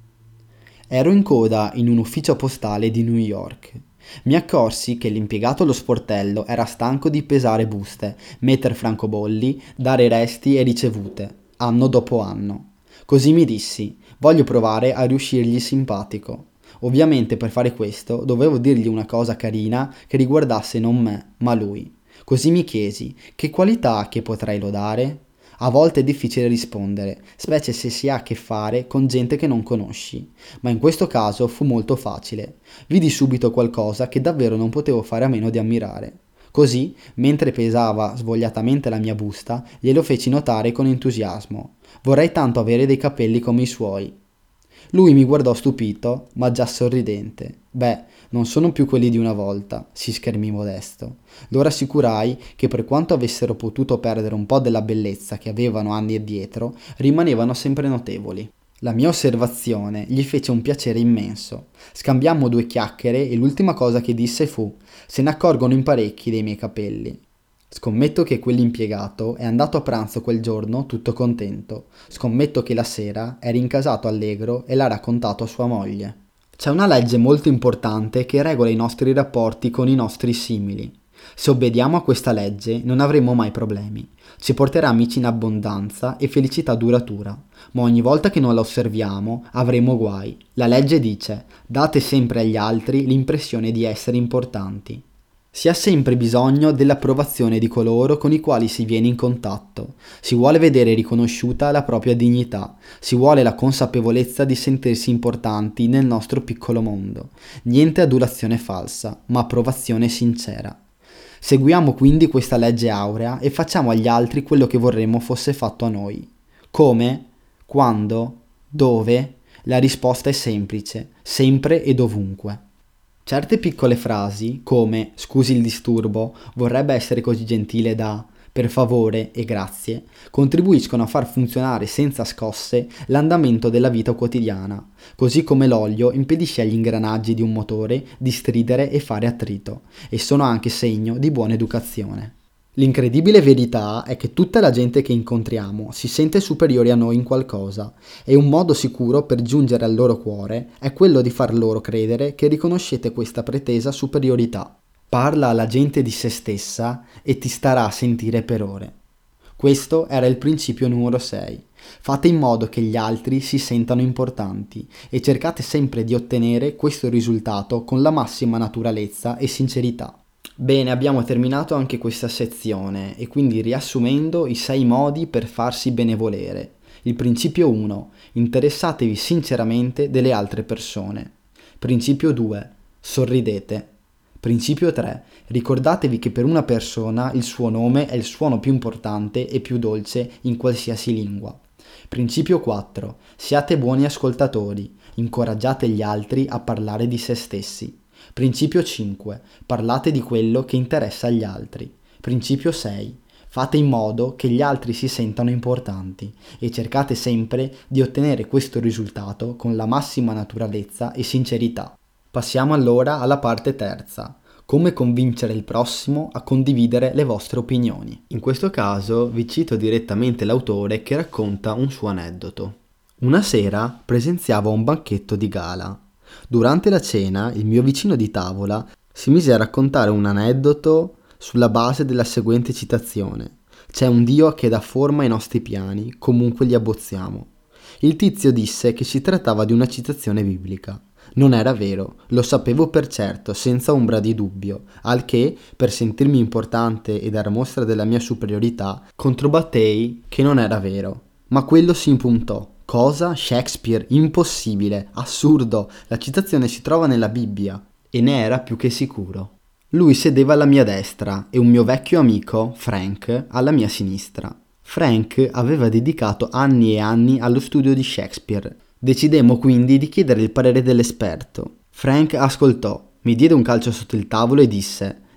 Ero in coda in un ufficio postale di New York. Mi accorsi che l'impiegato allo sportello era stanco di pesare buste, metter francobolli, dare resti e ricevute, anno dopo anno. Così mi dissi, voglio provare a riuscirgli simpatico. Ovviamente per fare questo dovevo dirgli una cosa carina che riguardasse non me, ma lui. Così mi chiesi, che qualità ha che potrei lodare? A volte è difficile rispondere, specie se si ha a che fare con gente che non conosci, ma in questo caso fu molto facile. Vidi subito qualcosa che davvero non potevo fare a meno di ammirare. Così, mentre pesava svogliatamente la mia busta, glielo feci notare con entusiasmo. Vorrei tanto avere dei capelli come i suoi. Lui mi guardò stupito, ma già sorridente. Beh, non sono più quelli di una volta, si schermì modesto. Lo rassicurai che per quanto avessero potuto perdere un po' della bellezza che avevano anni addietro, rimanevano sempre notevoli. La mia osservazione gli fece un piacere immenso. Scambiammo due chiacchiere e l'ultima cosa che disse fu: se ne accorgono in parecchi dei miei capelli. Scommetto che quell'impiegato è andato a pranzo quel giorno tutto contento. Scommetto che la sera è rincasato allegro e l'ha raccontato a sua moglie. C'è una legge molto importante che regola i nostri rapporti con i nostri simili. Se obbediamo a questa legge non avremo mai problemi. Ci porterà amici in abbondanza e felicità duratura. Ma ogni volta che non la osserviamo avremo guai. La legge dice: date sempre agli altri l'impressione di essere importanti. Si ha sempre bisogno dell'approvazione di coloro con i quali si viene in contatto, si vuole vedere riconosciuta la propria dignità, si vuole la consapevolezza di sentirsi importanti nel nostro piccolo mondo. Niente adulazione falsa, ma approvazione sincera. Seguiamo quindi questa legge aurea e facciamo agli altri quello che vorremmo fosse fatto a noi. Come? Quando? Dove? La risposta è semplice, sempre e dovunque. Certe piccole frasi, come scusi il disturbo, vorrebbe essere così gentile da, per favore e grazie, contribuiscono a far funzionare senza scosse l'andamento della vita quotidiana, così come l'olio impedisce agli ingranaggi di un motore di stridere e fare attrito, e sono anche segno di buona educazione. L'incredibile verità è che tutta la gente che incontriamo si sente superiore a noi in qualcosa e un modo sicuro per giungere al loro cuore è quello di far loro credere che riconoscete questa pretesa superiorità. Parla alla gente di se stessa e ti starà a sentire per ore. Questo era il principio numero sei. Fate in modo che gli altri si sentano importanti e cercate sempre di ottenere questo risultato con la massima naturalezza e sincerità. Bene, abbiamo terminato anche questa sezione e quindi riassumendo i sei modi per farsi benevolere. Il principio uno. Interessatevi sinceramente delle altre persone. Principio due. Sorridete. Principio tre. Ricordatevi che per una persona il suo nome è il suono più importante e più dolce in qualsiasi lingua. Principio quattro. Siate buoni ascoltatori. Incoraggiate gli altri a parlare di se stessi. Principio cinque. Parlate di quello che interessa agli altri. Principio sei. Fate in modo che gli altri si sentano importanti e cercate sempre di ottenere questo risultato con la massima naturalezza e sincerità. Passiamo allora alla parte terza. Come convincere il prossimo a condividere le vostre opinioni. In questo caso vi cito direttamente l'autore che racconta un suo aneddoto. Una sera presenziavo a un banchetto di gala. Durante la cena il mio vicino di tavola si mise a raccontare un aneddoto sulla base della seguente citazione: c'è un Dio che dà forma ai nostri piani, comunque li abbozziamo. Il tizio disse che si trattava di una citazione biblica. Non era vero, lo sapevo per certo, senza ombra di dubbio, al che, per sentirmi importante e dar mostra della mia superiorità, controbattei che non era vero. Ma quello si impuntò. Cosa? Shakespeare? Impossibile, assurdo, la citazione si trova nella Bibbia. E ne era più che sicuro. Lui sedeva alla mia destra e un mio vecchio amico, Frank, alla mia sinistra. Frank aveva dedicato anni e anni allo studio di Shakespeare. Decidemmo quindi di chiedere il parere dell'esperto. Frank ascoltò, mi diede un calcio sotto il tavolo e disse: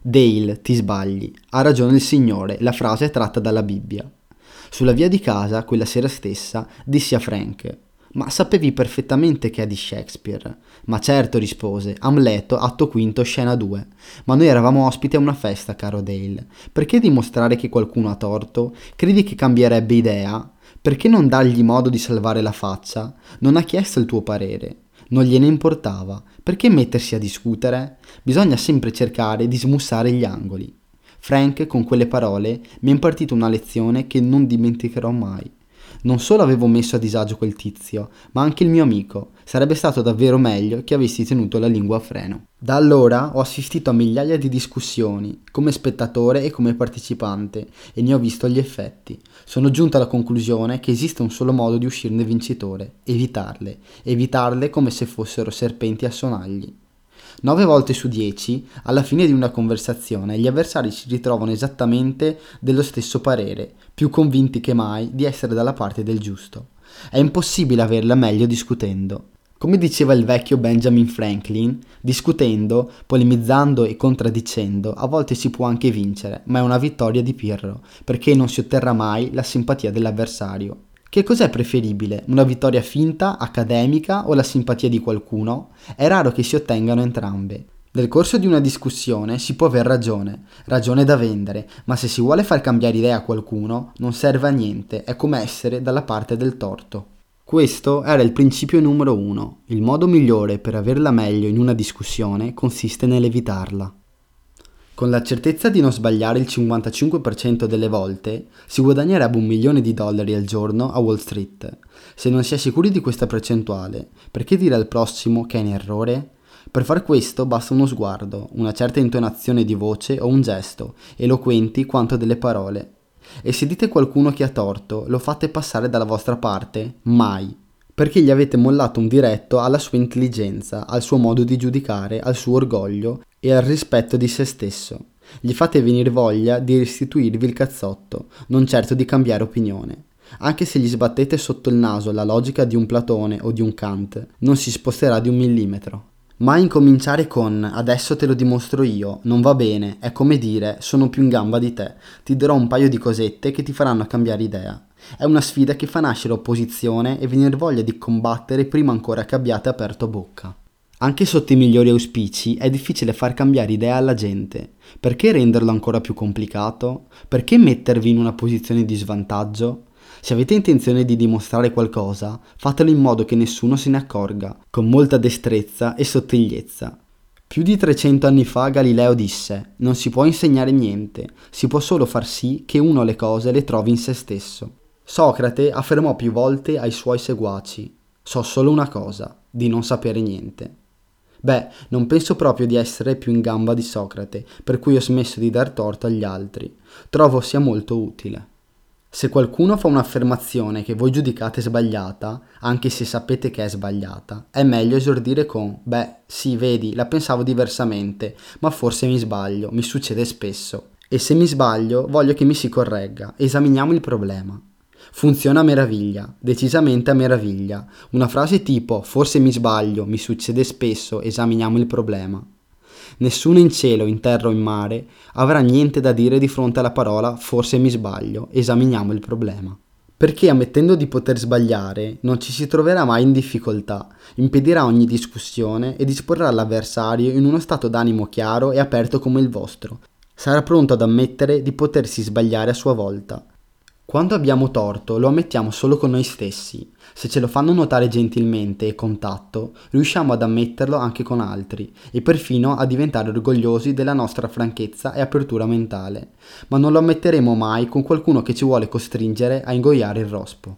Dale, ti sbagli. Ha ragione il Signore, la frase è tratta dalla Bibbia. Sulla via di casa, quella sera stessa, dissi a Frank: ma sapevi perfettamente che è di Shakespeare? Ma certo, rispose, Amleto, atto quinto, scena due. Ma noi eravamo ospiti a una festa, caro Dale. Perché dimostrare che qualcuno ha torto? Credi che cambierebbe idea? Perché non dargli modo di salvare la faccia? Non ha chiesto il tuo parere. Non gliene importava. Perché mettersi a discutere? Bisogna sempre cercare di smussare gli angoli. Frank, con quelle parole, mi ha impartito una lezione che non dimenticherò mai. Non solo avevo messo a disagio quel tizio, ma anche il mio amico. Sarebbe stato davvero meglio che avessi tenuto la lingua a freno. Da allora ho assistito a migliaia di discussioni, come spettatore e come partecipante, e ne ho visto gli effetti. Sono giunto alla conclusione che esiste un solo modo di uscirne vincitore: evitarle. Evitarle come se fossero serpenti a sonagli. Nove volte su dieci, alla fine di una conversazione, gli avversari si ritrovano esattamente dello stesso parere, più convinti che mai di essere dalla parte del giusto. È impossibile averla meglio discutendo. Come diceva il vecchio Benjamin Franklin, discutendo, polemizzando e contraddicendo, a volte si può anche vincere, ma è una vittoria di Pirro, perché non si otterrà mai la simpatia dell'avversario. Che cos'è preferibile? Una vittoria finta, accademica o la simpatia di qualcuno? È raro che si ottengano entrambe. Nel corso di una discussione si può aver ragione, ragione da vendere, ma se si vuole far cambiare idea a qualcuno non serve a niente, è come essere dalla parte del torto. Questo era il principio numero uno. Il modo migliore per averla meglio in una discussione consiste nell'evitarla. Con la certezza di non sbagliare il cinquantacinque per cento delle volte, si guadagnerebbe un milione di dollari al giorno a Wall Street. Se non si è sicuri di questa percentuale, perché dire al prossimo che è in errore? Per far questo basta uno sguardo, una certa intonazione di voce o un gesto, eloquenti quanto delle parole. E se dite qualcuno che ha torto, lo fate passare dalla vostra parte? Mai. Perché gli avete mollato un diretto alla sua intelligenza, al suo modo di giudicare, al suo orgoglio e al rispetto di se stesso. Gli fate venire voglia di restituirvi il cazzotto, non certo di cambiare opinione. Anche se gli sbattete sotto il naso la logica di un Platone o di un Kant, non si sposterà di un millimetro. Mai incominciare con adesso te lo dimostro io, non va bene, è come dire sono più in gamba di te, ti darò un paio di cosette che ti faranno cambiare idea. È una sfida che fa nascere opposizione e venire voglia di combattere prima ancora che abbiate aperto bocca. Anche sotto i migliori auspici è difficile far cambiare idea alla gente. Perché renderlo ancora più complicato? Perché mettervi in una posizione di svantaggio? Se avete intenzione di dimostrare qualcosa, fatelo in modo che nessuno se ne accorga, con molta destrezza e sottigliezza. Più di trecento anni fa Galileo disse: non si può insegnare niente, si può solo far sì che uno le cose le trovi in se stesso. Socrate affermò più volte ai suoi seguaci: so solo una cosa, di non sapere niente. Beh, non penso proprio di essere più in gamba di Socrate, per cui ho smesso di dar torto agli altri. Trovo sia molto utile. Se qualcuno fa un'affermazione che voi giudicate sbagliata, anche se sapete che è sbagliata, è meglio esordire con: beh, sì, vedi, la pensavo diversamente, ma forse mi sbaglio, mi succede spesso. E se mi sbaglio, voglio che mi si corregga, esaminiamo il problema. Funziona a meraviglia, decisamente a meraviglia. Una frase tipo forse mi sbaglio, mi succede spesso, esaminiamo il problema. Nessuno in cielo, in terra o in mare avrà niente da dire di fronte alla parola forse mi sbaglio, esaminiamo il problema. Perché ammettendo di poter sbagliare non ci si troverà mai in difficoltà, impedirà ogni discussione e disporrà l'avversario in uno stato d'animo chiaro e aperto come il vostro. Sarà pronto ad ammettere di potersi sbagliare a sua volta. Quando abbiamo torto lo ammettiamo solo con noi stessi. Se ce lo fanno notare gentilmente e con tatto, riusciamo ad ammetterlo anche con altri e perfino a diventare orgogliosi della nostra franchezza e apertura mentale, ma non lo ammetteremo mai con qualcuno che ci vuole costringere a ingoiare il rospo.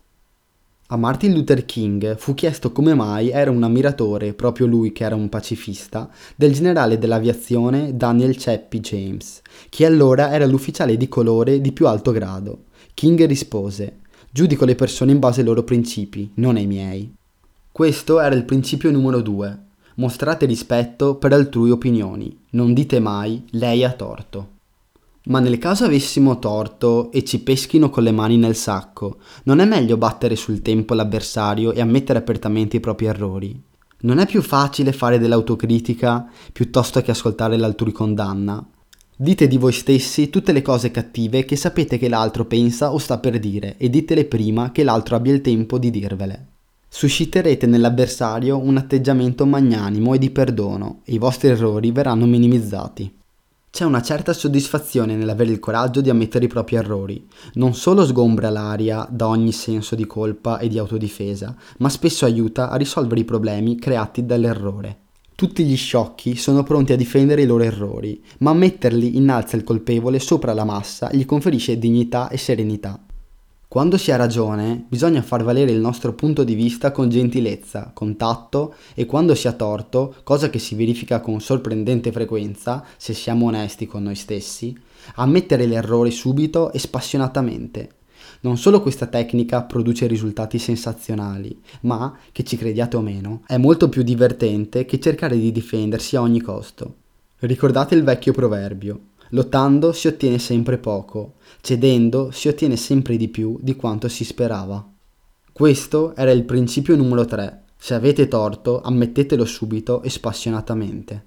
A Martin Luther King fu chiesto come mai era un ammiratore, proprio lui che era un pacifista, del generale dell'aviazione Daniel Ceppi James, che allora era l'ufficiale di colore di più alto grado. King rispose: giudico le persone in base ai loro principi, non ai miei. Questo era il principio numero due. Mostrate rispetto per altrui opinioni. Non dite mai lei ha torto. Ma nel caso avessimo torto e ci peschino con le mani nel sacco, non è meglio battere sul tempo l'avversario e ammettere apertamente i propri errori? Non è più facile fare dell'autocritica piuttosto che ascoltare l'altrui condanna? Dite di voi stessi tutte le cose cattive che sapete che l'altro pensa o sta per dire e ditele prima che l'altro abbia il tempo di dirvele. Susciterete nell'avversario un atteggiamento magnanimo e di perdono e i vostri errori verranno minimizzati. C'è una certa soddisfazione nell'avere il coraggio di ammettere i propri errori. Non solo sgombra l'aria da ogni senso di colpa e di autodifesa, ma spesso aiuta a risolvere i problemi creati dall'errore. Tutti gli sciocchi sono pronti a difendere i loro errori, ma ammetterli innalza il colpevole sopra la massa e gli conferisce dignità e serenità. Quando si ha ragione, bisogna far valere il nostro punto di vista con gentilezza, con tatto, e quando si ha torto, cosa che si verifica con sorprendente frequenza, se siamo onesti con noi stessi, ammettere l'errore subito e spassionatamente. Non solo questa tecnica produce risultati sensazionali, ma, che ci crediate o meno, è molto più divertente che cercare di difendersi a ogni costo. Ricordate il vecchio proverbio: lottando si ottiene sempre poco, cedendo si ottiene sempre di più di quanto si sperava. Questo era il principio numero tre. Se avete torto, ammettetelo subito e spassionatamente.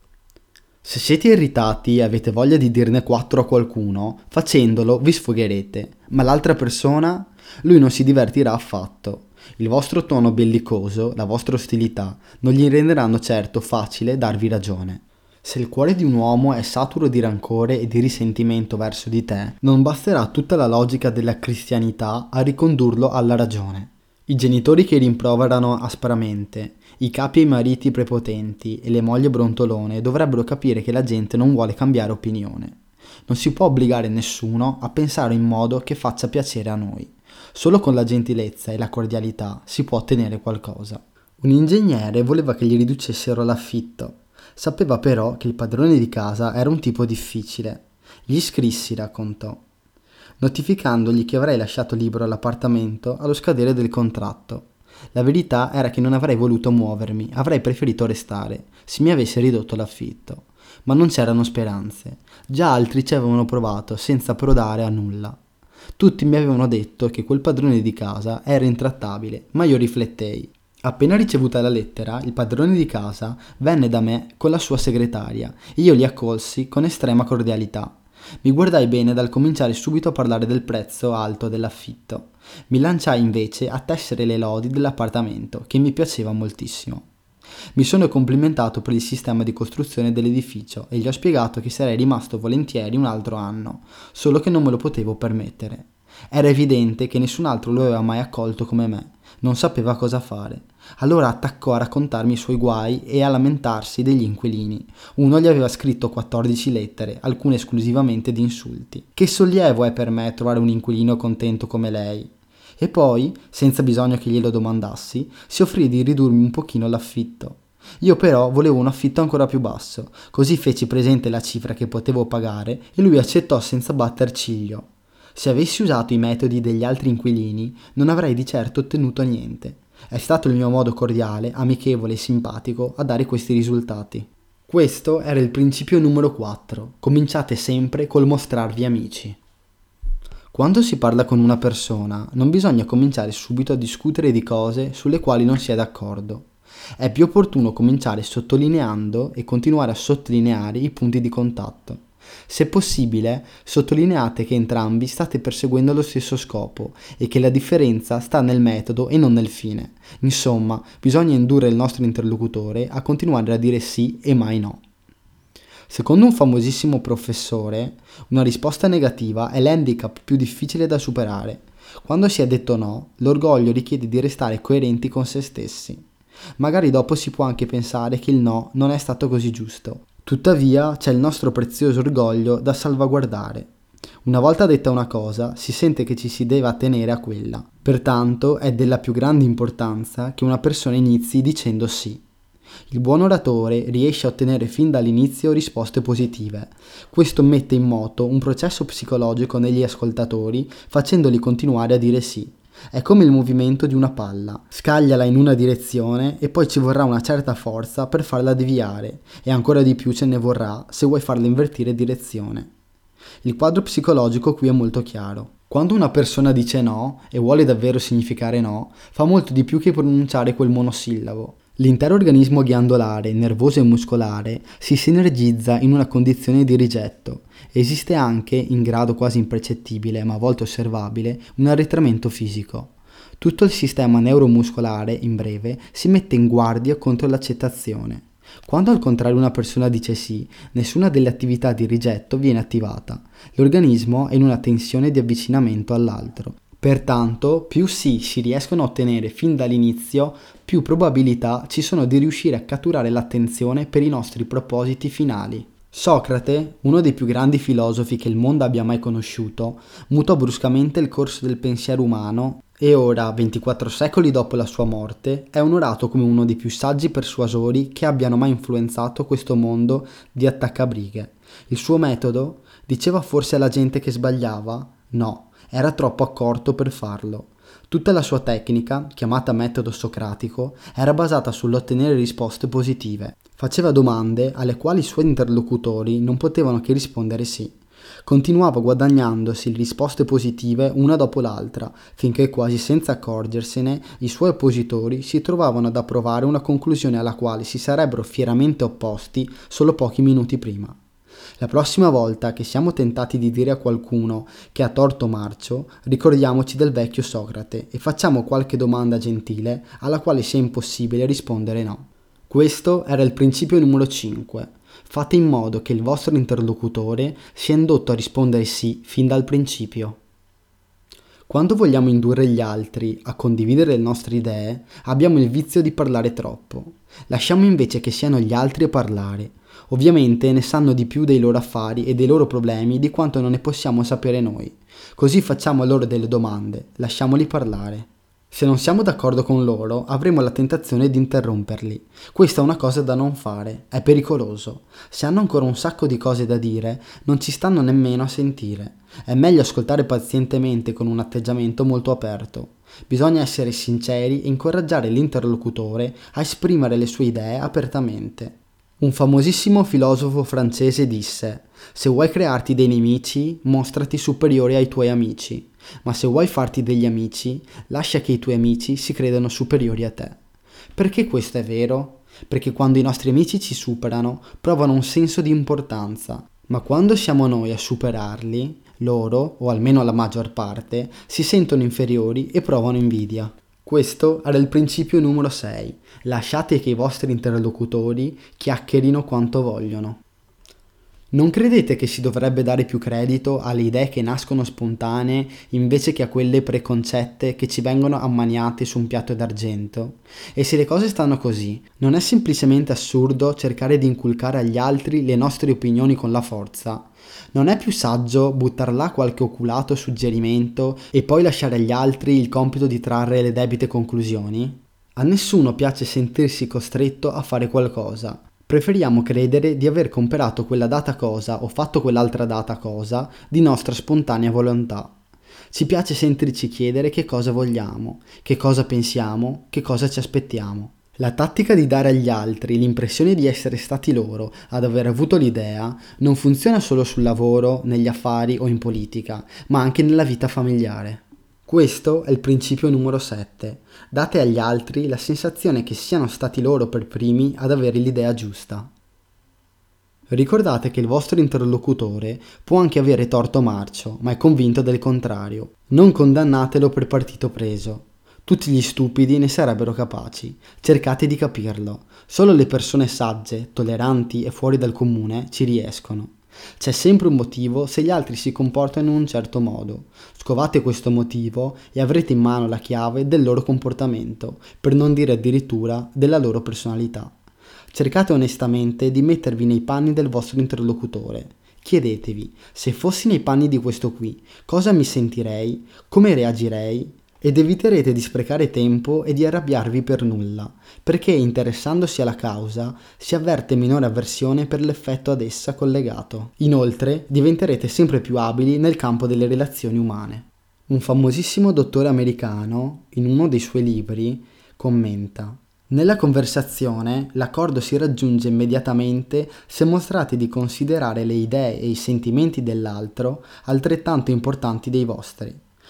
Se siete irritati e avete voglia di dirne quattro a qualcuno, facendolo vi sfogherete, ma l'altra persona, lui non si divertirà affatto. Il vostro tono bellicoso, la vostra ostilità, non gli renderanno certo facile darvi ragione. Se il cuore di un uomo è saturo di rancore e di risentimento verso di te, non basterà tutta la logica della cristianità a ricondurlo alla ragione. I genitori che rimproverano aspramente, i capi e i mariti prepotenti e le mogli brontolone dovrebbero capire che la gente non vuole cambiare opinione. Non si può obbligare nessuno a pensare in modo che faccia piacere a noi. Solo con la gentilezza e la cordialità si può ottenere qualcosa. Un ingegnere voleva che gli riducessero l'affitto. Sapeva però che il padrone di casa era un tipo difficile. Gli scrissi, raccontò, notificandogli che avrei lasciato libero l'appartamento allo scadere del contratto. La verità era che non avrei voluto muovermi, avrei preferito restare, se mi avesse ridotto l'affitto. Ma non c'erano speranze. Già altri ci avevano provato, senza prodare a nulla. Tutti mi avevano detto che quel padrone di casa era intrattabile, ma io riflettei. Appena ricevuta la lettera, il padrone di casa venne da me con la sua segretaria e io li accolsi con estrema cordialità. Mi guardai bene dal cominciare subito a parlare del prezzo alto dell'affitto. Mi lanciai invece a tessere le lodi dell'appartamento, che mi piaceva moltissimo. Mi sono complimentato per il sistema di costruzione dell'edificio e gli ho spiegato che sarei rimasto volentieri un altro anno, solo che non me lo potevo permettere. Era evidente che nessun altro lo aveva mai accolto come me, non sapeva cosa fare. Allora attaccò a raccontarmi i suoi guai e a lamentarsi degli inquilini. Uno gli aveva scritto quattordici lettere, alcune esclusivamente di insulti. Che sollievo è per me trovare un inquilino contento come lei. E poi, senza bisogno che glielo domandassi, si offrì di ridurmi un pochino l'affitto. Io però volevo un affitto ancora più basso, così feci presente la cifra che potevo pagare e lui accettò senza batter ciglio. Se avessi usato i metodi degli altri inquilini, non avrei di certo ottenuto niente. È stato il mio modo cordiale, amichevole e simpatico a dare questi risultati. Questo era il principio numero quattro. Cominciate sempre col mostrarvi amici. Quando si parla con una persona, non bisogna cominciare subito a discutere di cose sulle quali non si è d'accordo. È più opportuno cominciare sottolineando e continuare a sottolineare i punti di contatto. Se possibile, sottolineate che entrambi state perseguendo lo stesso scopo e che la differenza sta nel metodo e non nel fine. Insomma, bisogna indurre il nostro interlocutore a continuare a dire sì e mai no. Secondo un famosissimo professore, una risposta negativa è l'handicap più difficile da superare. Quando si è detto no, l'orgoglio richiede di restare coerenti con se stessi. Magari dopo si può anche pensare che il no non è stato così giusto. Tuttavia c'è il nostro prezioso orgoglio da salvaguardare. Una volta detta una cosa, si sente che ci si deve attenere a quella. Pertanto è della più grande importanza che una persona inizi dicendo sì. Il buon oratore riesce a ottenere fin dall'inizio risposte positive. Questo mette in moto un processo psicologico negli ascoltatori, facendoli continuare a dire sì. È come il movimento di una palla. Scagliala in una direzione e poi ci vorrà una certa forza per farla deviare, e ancora di più ce ne vorrà se vuoi farla invertire direzione. Il quadro psicologico qui è molto chiaro. Quando una persona dice no, e vuole davvero significare no, fa molto di più che pronunciare quel monosillabo. L'intero organismo ghiandolare, nervoso e muscolare si sinergizza in una condizione di rigetto. Esiste anche, in grado quasi impercettibile ma a volte osservabile, un arretramento fisico. Tutto il sistema neuromuscolare, in breve, si mette in guardia contro l'accettazione. Quando al contrario una persona dice sì, nessuna delle attività di rigetto viene attivata. L'organismo è in una tensione di avvicinamento all'altro. Pertanto, più sì si riescono a ottenere fin dall'inizio, più probabilità ci sono di riuscire a catturare l'attenzione per i nostri propositi finali. Socrate, uno dei più grandi filosofi che il mondo abbia mai conosciuto, mutò bruscamente il corso del pensiero umano e ora, ventiquattro secoli dopo la sua morte, è onorato come uno dei più saggi persuasori che abbiano mai influenzato questo mondo di attaccabrighe. Il suo metodo? Diceva forse alla gente che sbagliava? No. Era troppo accorto per farlo. Tutta la sua tecnica, chiamata metodo socratico, era basata sull'ottenere risposte positive. Faceva domande alle quali i suoi interlocutori non potevano che rispondere sì. Continuava guadagnandosi risposte positive una dopo l'altra, finché quasi senza accorgersene i suoi oppositori si trovavano ad approvare una conclusione alla quale si sarebbero fieramente opposti solo pochi minuti prima. La prossima volta che siamo tentati di dire a qualcuno che ha torto marcio, ricordiamoci del vecchio Socrate e facciamo qualche domanda gentile alla quale sia impossibile rispondere no. Questo era il principio numero cinque. Fate in modo che il vostro interlocutore sia indotto a rispondere sì fin dal principio. Quando vogliamo indurre gli altri a condividere le nostre idee, abbiamo il vizio di parlare troppo. Lasciamo invece che siano gli altri a parlare. Ovviamente ne sanno di più dei loro affari e dei loro problemi di quanto non ne possiamo sapere noi. Così facciamo loro delle domande, lasciamoli parlare. Se non siamo d'accordo con loro, avremo la tentazione di interromperli. Questa è una cosa da non fare, è pericoloso. Se hanno ancora un sacco di cose da dire, non ci stanno nemmeno a sentire. È meglio ascoltare pazientemente con un atteggiamento molto aperto. Bisogna essere sinceri e incoraggiare l'interlocutore a esprimere le sue idee apertamente. Un famosissimo filosofo francese disse: se vuoi crearti dei nemici, mostrati superiore ai tuoi amici, ma se vuoi farti degli amici, lascia che i tuoi amici si credano superiori a te. Perché questo è vero? Perché quando i nostri amici ci superano, provano un senso di importanza, ma quando siamo noi a superarli, loro, o almeno la maggior parte, si sentono inferiori e provano invidia. Questo era il principio numero sei. Lasciate che i vostri interlocutori chiacchierino quanto vogliono. Non credete che si dovrebbe dare più credito alle idee che nascono spontanee invece che a quelle preconcette che ci vengono ammaniate su un piatto d'argento? E se le cose stanno così, non è semplicemente assurdo cercare di inculcare agli altri le nostre opinioni con la forza? Non è più saggio buttar là qualche oculato suggerimento e poi lasciare agli altri il compito di trarre le debite conclusioni? A nessuno piace sentirsi costretto a fare qualcosa. Preferiamo credere di aver comperato quella data cosa o fatto quell'altra data cosa di nostra spontanea volontà. Ci piace sentirci chiedere che cosa vogliamo, che cosa pensiamo, che cosa ci aspettiamo. La tattica di dare agli altri l'impressione di essere stati loro ad aver avuto l'idea non funziona solo sul lavoro, negli affari o in politica, ma anche nella vita familiare. Questo è il principio numero sette. Date agli altri la sensazione che siano stati loro per primi ad avere l'idea giusta. Ricordate che il vostro interlocutore può anche avere torto marcio, ma è convinto del contrario. Non condannatelo per partito preso. Tutti gli stupidi ne sarebbero capaci. Cercate di capirlo. Solo le persone sagge, tolleranti e fuori dal comune ci riescono. C'è sempre un motivo se gli altri si comportano in un certo modo. Scovate questo motivo e avrete in mano la chiave del loro comportamento, per non dire addirittura della loro personalità. Cercate onestamente di mettervi nei panni del vostro interlocutore. Chiedetevi: se fossi nei panni di questo qui, cosa mi sentirei, come reagirei? Ed eviterete di sprecare tempo e di arrabbiarvi per nulla, perché interessandosi alla causa si avverte minore avversione per l'effetto ad essa collegato. Inoltre diventerete sempre più abili nel campo delle relazioni umane. Un famosissimo dottore americano, in uno dei suoi libri, commenta: nella conversazione l'accordo si raggiunge immediatamente se mostrate di considerare le idee e i sentimenti dell'altro altrettanto importanti dei vostri.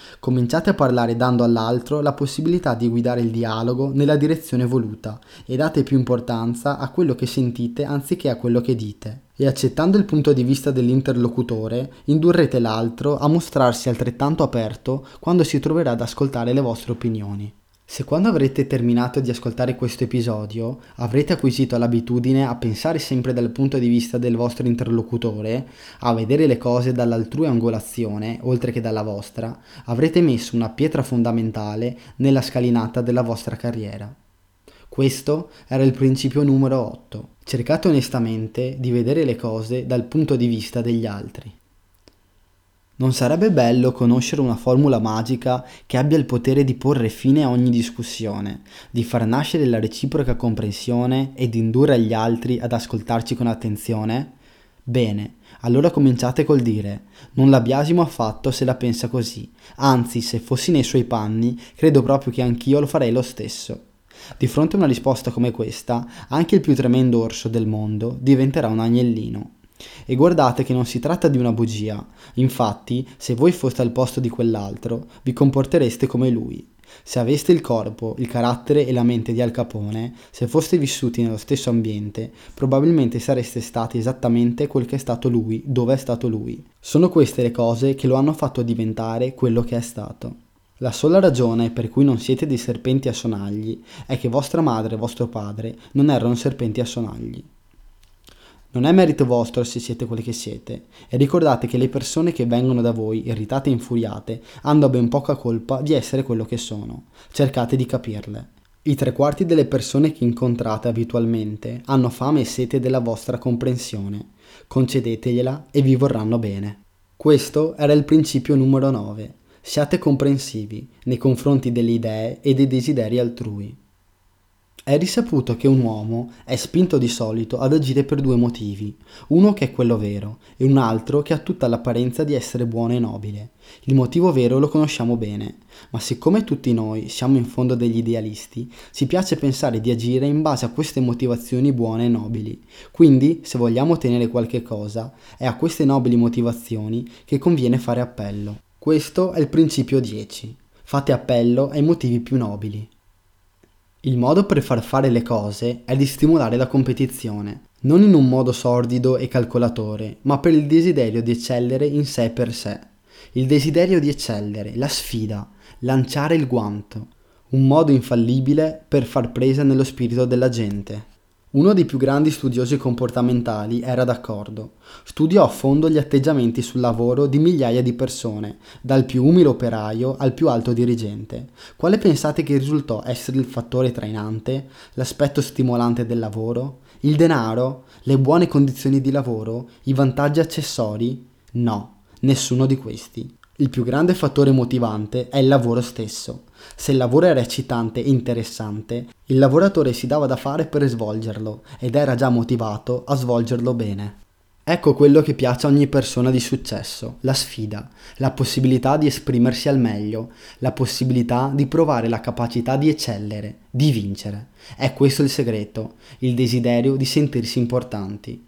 Cominciate a parlare dando all'altro la possibilità di guidare il dialogo nella direzione voluta e date più importanza a quello che sentite anziché a quello che dite. E accettando il punto di vista dell'interlocutore, indurrete l'altro a mostrarsi altrettanto aperto quando si troverà ad ascoltare le vostre opinioni. Se quando avrete terminato di ascoltare questo episodio avrete acquisito l'abitudine a pensare sempre dal punto di vista del vostro interlocutore, a vedere le cose dall'altrui angolazione, oltre che dalla vostra, avrete messo una pietra fondamentale nella scalinata della vostra carriera. Questo era il principio numero otto. Cercate onestamente di vedere le cose dal punto di vista degli altri. Non sarebbe bello conoscere una formula magica che abbia il potere di porre fine a ogni discussione, di far nascere la reciproca comprensione e di indurre gli altri ad ascoltarci con attenzione? Bene, allora cominciate col dire: non la biasimo affatto se la pensa così, anzi, se fossi nei suoi panni, credo proprio che anch'io lo farei lo stesso. Di fronte a una risposta come questa, anche il più tremendo orso del mondo diventerà un agnellino. E guardate che non si tratta di una bugia, infatti se voi foste al posto di quell'altro vi comportereste come lui. Se aveste il corpo, il carattere e la mente di Al Capone, se foste vissuti nello stesso ambiente, probabilmente sareste stati esattamente quel che è stato lui, dove è stato lui. Sono queste le cose che lo hanno fatto diventare quello che è stato. La sola ragione per cui non siete dei serpenti a sonagli è che vostra madre e vostro padre non erano serpenti a sonagli. Non è merito vostro se siete quelli che siete, e ricordate che le persone che vengono da voi irritate e infuriate hanno ben poca colpa di essere quello che sono. Cercate di capirle. I tre quarti delle persone che incontrate abitualmente hanno fame e sete della vostra comprensione. Concedetegliela e vi vorranno bene. Questo era il principio numero nove. Siate comprensivi nei confronti delle idee e dei desideri altrui. È risaputo che un uomo è spinto di solito ad agire per due motivi, uno che è quello vero e un altro che ha tutta l'apparenza di essere buono e nobile. Il motivo vero lo conosciamo bene, ma siccome tutti noi siamo in fondo degli idealisti, ci piace pensare di agire in base a queste motivazioni buone e nobili. Quindi, se vogliamo ottenere qualche cosa, è a queste nobili motivazioni che conviene fare appello. Questo è il principio dieci. Fate appello ai motivi più nobili. Il modo per far fare le cose è di stimolare la competizione, non in un modo sordido e calcolatore, ma per il desiderio di eccellere in sé per sé. Il desiderio di eccellere, la sfida, lanciare il guanto, un modo infallibile per far presa nello spirito della gente. Uno dei più grandi studiosi comportamentali era d'accordo. Studiò a fondo gli atteggiamenti sul lavoro di migliaia di persone, dal più umile operaio al più alto dirigente. Quale pensate che risultò essere il fattore trainante, l'aspetto stimolante del lavoro? Il denaro? Le buone condizioni di lavoro? I vantaggi accessori? No, nessuno di questi. Il più grande fattore motivante è il lavoro stesso. Se il lavoro era eccitante e interessante, il lavoratore si dava da fare per svolgerlo ed era già motivato a svolgerlo bene. Ecco quello che piace a ogni persona di successo, la sfida, la possibilità di esprimersi al meglio, la possibilità di provare la capacità di eccellere, di vincere. È questo il segreto, il desiderio di sentirsi importanti.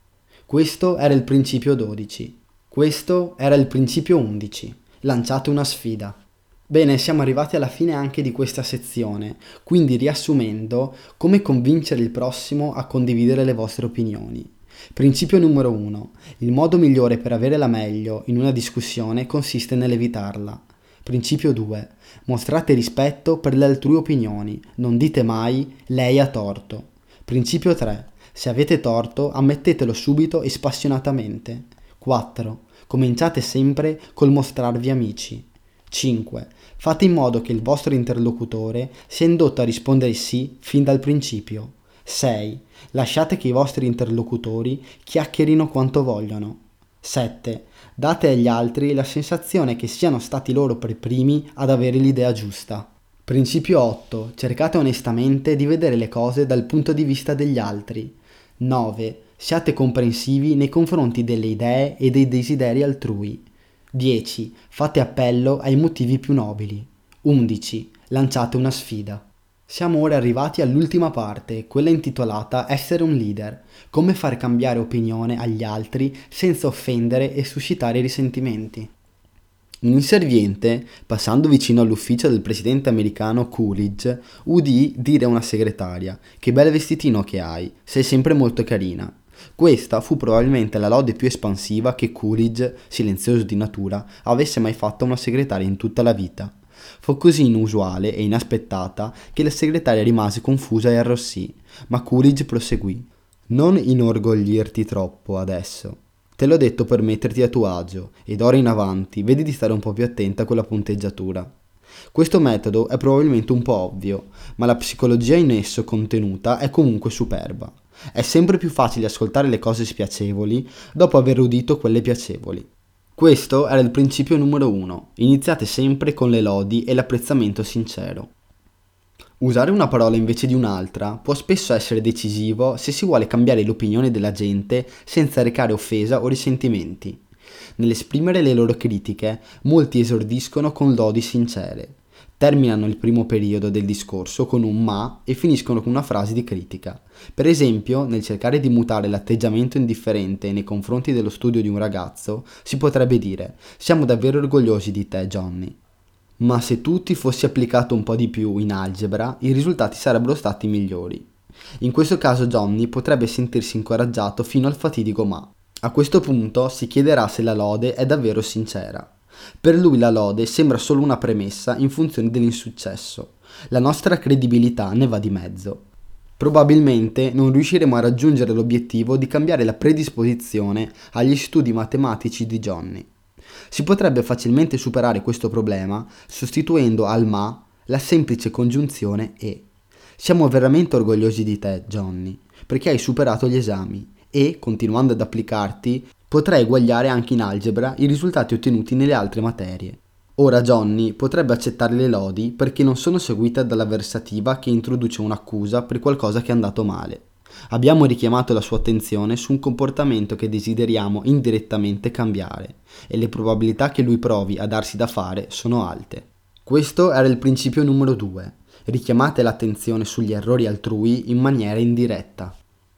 Questo era il principio dodici. Questo era il principio undici. Lanciate una sfida. Bene, siamo arrivati alla fine anche di questa sezione, quindi riassumendo, come convincere il prossimo a condividere le vostre opinioni. Principio numero uno. Il modo migliore per avere la meglio in una discussione consiste nell'evitarla. Principio due. Mostrate rispetto per le altrui opinioni, non dite mai lei ha torto. Principio tre. Se avete torto, ammettetelo subito e spassionatamente. quattro. Cominciate sempre col mostrarvi amici. cinque. Fate in modo che il vostro interlocutore sia indotto a rispondere sì fin dal principio. sei. Lasciate che i vostri interlocutori chiacchierino quanto vogliono. sette. Date agli altri la sensazione che siano stati loro per primi ad avere l'idea giusta. Principio otto. Cercate onestamente di vedere le cose dal punto di vista degli altri. nove. Siate comprensivi nei confronti delle idee e dei desideri altrui. dieci. Fate appello ai motivi più nobili. undici. Lanciate una sfida. Siamo ora arrivati all'ultima parte, quella intitolata Essere un leader. Come far cambiare opinione agli altri senza offendere e suscitare risentimenti. Un inserviente, passando vicino all'ufficio del presidente americano Coolidge, udì dire a una segretaria: «Che bel vestitino che hai, sei sempre molto carina». Questa fu probabilmente la lode più espansiva che Coolidge, silenzioso di natura, avesse mai fatto a una segretaria in tutta la vita. Fu così inusuale e inaspettata che la segretaria rimase confusa e arrossì, ma Coolidge proseguì: «Non inorgoglirti troppo adesso. Te l'ho detto per metterti a tuo agio, e d'ora in avanti vedi di stare un po' più attenta con la punteggiatura». Questo metodo è probabilmente un po' ovvio, ma la psicologia in esso contenuta è comunque superba. È sempre più facile ascoltare le cose spiacevoli dopo aver udito quelle piacevoli. Questo era il principio numero uno. Iniziate sempre con le lodi e l'apprezzamento sincero. Usare una parola invece di un'altra può spesso essere decisivo se si vuole cambiare l'opinione della gente senza recare offesa o risentimenti. Nell'esprimere le loro critiche, molti esordiscono con lodi sincere, terminano il primo periodo del discorso con un ma e finiscono con una frase di critica. Per esempio, nel cercare di mutare l'atteggiamento indifferente nei confronti dello studio di un ragazzo, si potrebbe dire: «Siamo davvero orgogliosi di te, Johnny. Ma se tu ti fossi applicato un po' di più in algebra, i risultati sarebbero stati migliori». In questo caso Johnny potrebbe sentirsi incoraggiato fino al fatidico ma. A questo punto si chiederà se la lode è davvero sincera. Per lui la lode sembra solo una premessa in funzione dell'insuccesso. La nostra credibilità ne va di mezzo. Probabilmente non riusciremo a raggiungere l'obiettivo di cambiare la predisposizione agli studi matematici di Johnny. Si potrebbe facilmente superare questo problema sostituendo al ma la semplice congiunzione e. Siamo veramente orgogliosi di te, Johnny, perché hai superato gli esami e, continuando ad applicarti, potrai eguagliare anche in algebra i risultati ottenuti nelle altre materie. Ora Johnny potrebbe accettare le lodi perché non sono seguite dall'avversativa che introduce un'accusa per qualcosa che è andato male. Abbiamo richiamato la sua attenzione su un comportamento che desideriamo indirettamente cambiare e le probabilità che lui provi a darsi da fare sono alte. Questo era il principio numero due. Richiamate l'attenzione sugli errori altrui in maniera indiretta.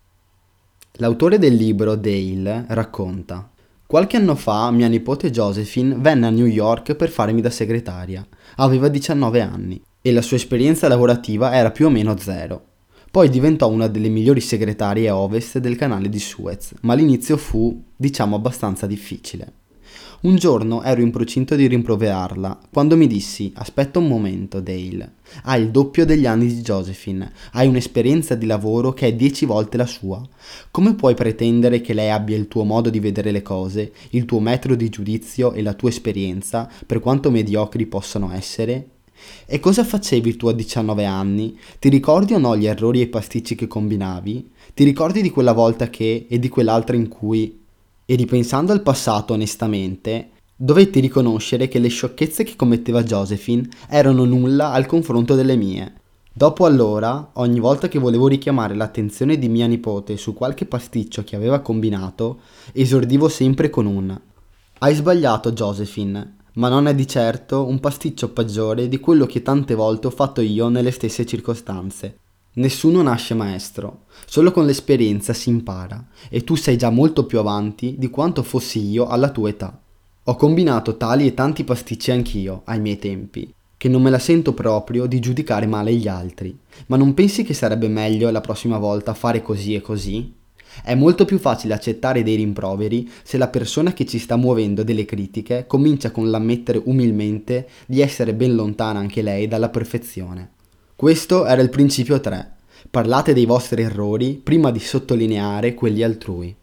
L'autore del libro, Dale, racconta: «Qualche anno fa mia nipote Josephine venne a New York per farmi da segretaria. Aveva diciannove anni e la sua esperienza lavorativa era più o meno zero. Poi diventò una delle migliori segretarie a ovest del canale di Suez, ma l'inizio fu, diciamo, abbastanza difficile. Un giorno ero in procinto di rimproverarla, quando mi dissi: aspetta un momento, Dale, hai il doppio degli anni di Josephine, hai un'esperienza di lavoro che è dieci volte la sua. Come puoi pretendere che lei abbia il tuo modo di vedere le cose, il tuo metodo di giudizio e la tua esperienza, per quanto mediocri possano essere? E cosa facevi tu a diciannove anni? Ti ricordi o no gli errori e i pasticci che combinavi? Ti ricordi di quella volta che, e di quell'altra in cui... E ripensando al passato onestamente, dovetti riconoscere che le sciocchezze che commetteva Josephine erano nulla al confronto delle mie. Dopo allora, ogni volta che volevo richiamare l'attenzione di mia nipote su qualche pasticcio che aveva combinato, esordivo sempre con un: hai sbagliato, Josephine, ma non è di certo un pasticcio peggiore di quello che tante volte ho fatto io nelle stesse circostanze. Nessuno nasce maestro, solo con l'esperienza si impara, e tu sei già molto più avanti di quanto fossi io alla tua età. Ho combinato tali e tanti pasticci anch'io, ai miei tempi, che non me la sento proprio di giudicare male gli altri. Ma non pensi che sarebbe meglio la prossima volta fare così e così? È molto più facile accettare dei rimproveri se la persona che ci sta muovendo delle critiche comincia con l'ammettere umilmente di essere ben lontana anche lei dalla perfezione. Questo era il principio tre. Parlate dei vostri errori prima di sottolineare quelli altrui.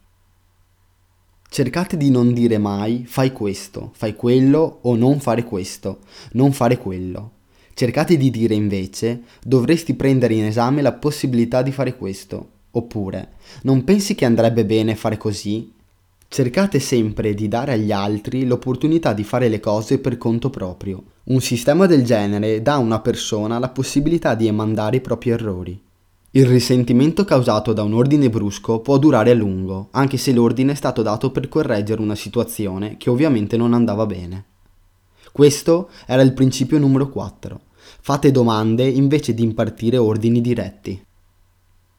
Cercate di non dire mai fai questo, fai quello o non fare questo, non fare quello. Cercate di dire invece dovresti prendere in esame la possibilità di fare questo, oppure non pensi che andrebbe bene fare così? Cercate sempre di dare agli altri l'opportunità di fare le cose per conto proprio. Un sistema del genere dà a una persona la possibilità di emandare i propri errori. Il risentimento causato da un ordine brusco può durare a lungo, anche se l'ordine è stato dato per correggere una situazione che ovviamente non andava bene. Questo era il principio numero quattro. Fate domande invece di impartire ordini diretti.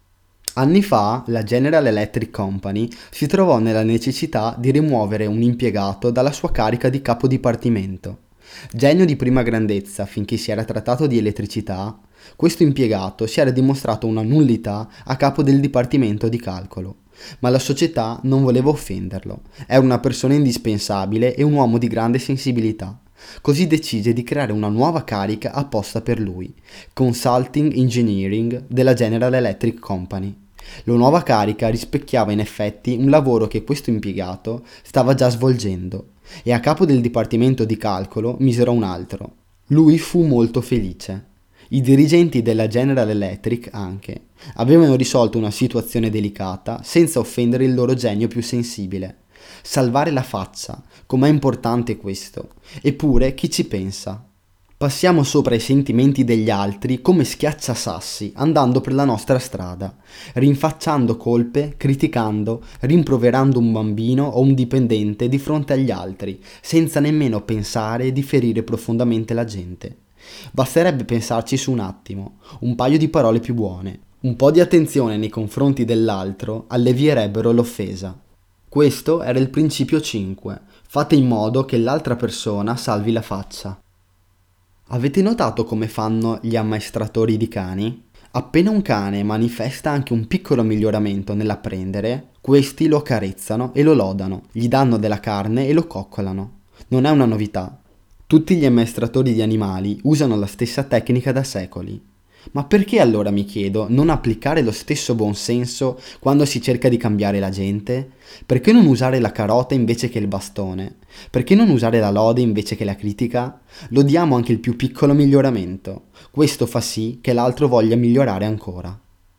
Anni fa, la General Electric Company si trovò nella necessità di rimuovere un impiegato dalla sua carica di capo dipartimento. Genio di prima grandezza finché si era trattato di elettricità, questo impiegato si era dimostrato una nullità a capo del dipartimento di calcolo. Ma la società non voleva offenderlo, era una persona indispensabile e un uomo di grande sensibilità. Così decise di creare una nuova carica apposta per lui, Consulting Engineering della General Electric Company. La nuova carica rispecchiava in effetti un lavoro che questo impiegato stava già svolgendo e a capo del dipartimento di calcolo misero un altro. Lui fu molto felice. I dirigenti della General Electric anche avevano risolto una situazione delicata senza offendere il loro genio più sensibile. Salvare la faccia, com'è importante questo. Eppure chi ci pensa? Passiamo sopra i sentimenti degli altri come schiacciasassi andando per la nostra strada, rinfacciando colpe, criticando, rimproverando un bambino o un dipendente di fronte agli altri, senza nemmeno pensare di ferire profondamente la gente. Basterebbe pensarci su un attimo, un paio di parole più buone, un po' di attenzione nei confronti dell'altro allevierebbero l'offesa. Questo era il principio cinque. Fate in modo che l'altra persona salvi la faccia. Avete notato come fanno gli ammaestratori di cani? Appena un cane manifesta anche un piccolo miglioramento nell'apprendere, questi lo accarezzano e lo lodano, gli danno della carne e lo coccolano. Non è una novità. Tutti gli ammaestratori di animali usano la stessa tecnica da secoli. Ma perché allora, mi chiedo, non applicare lo stesso buonsenso quando si cerca di cambiare la gente? Perché non usare la carota invece che il bastone? Perché non usare la lode invece che la critica? Lodiamo anche il più piccolo miglioramento. Questo fa sì che l'altro voglia migliorare ancora.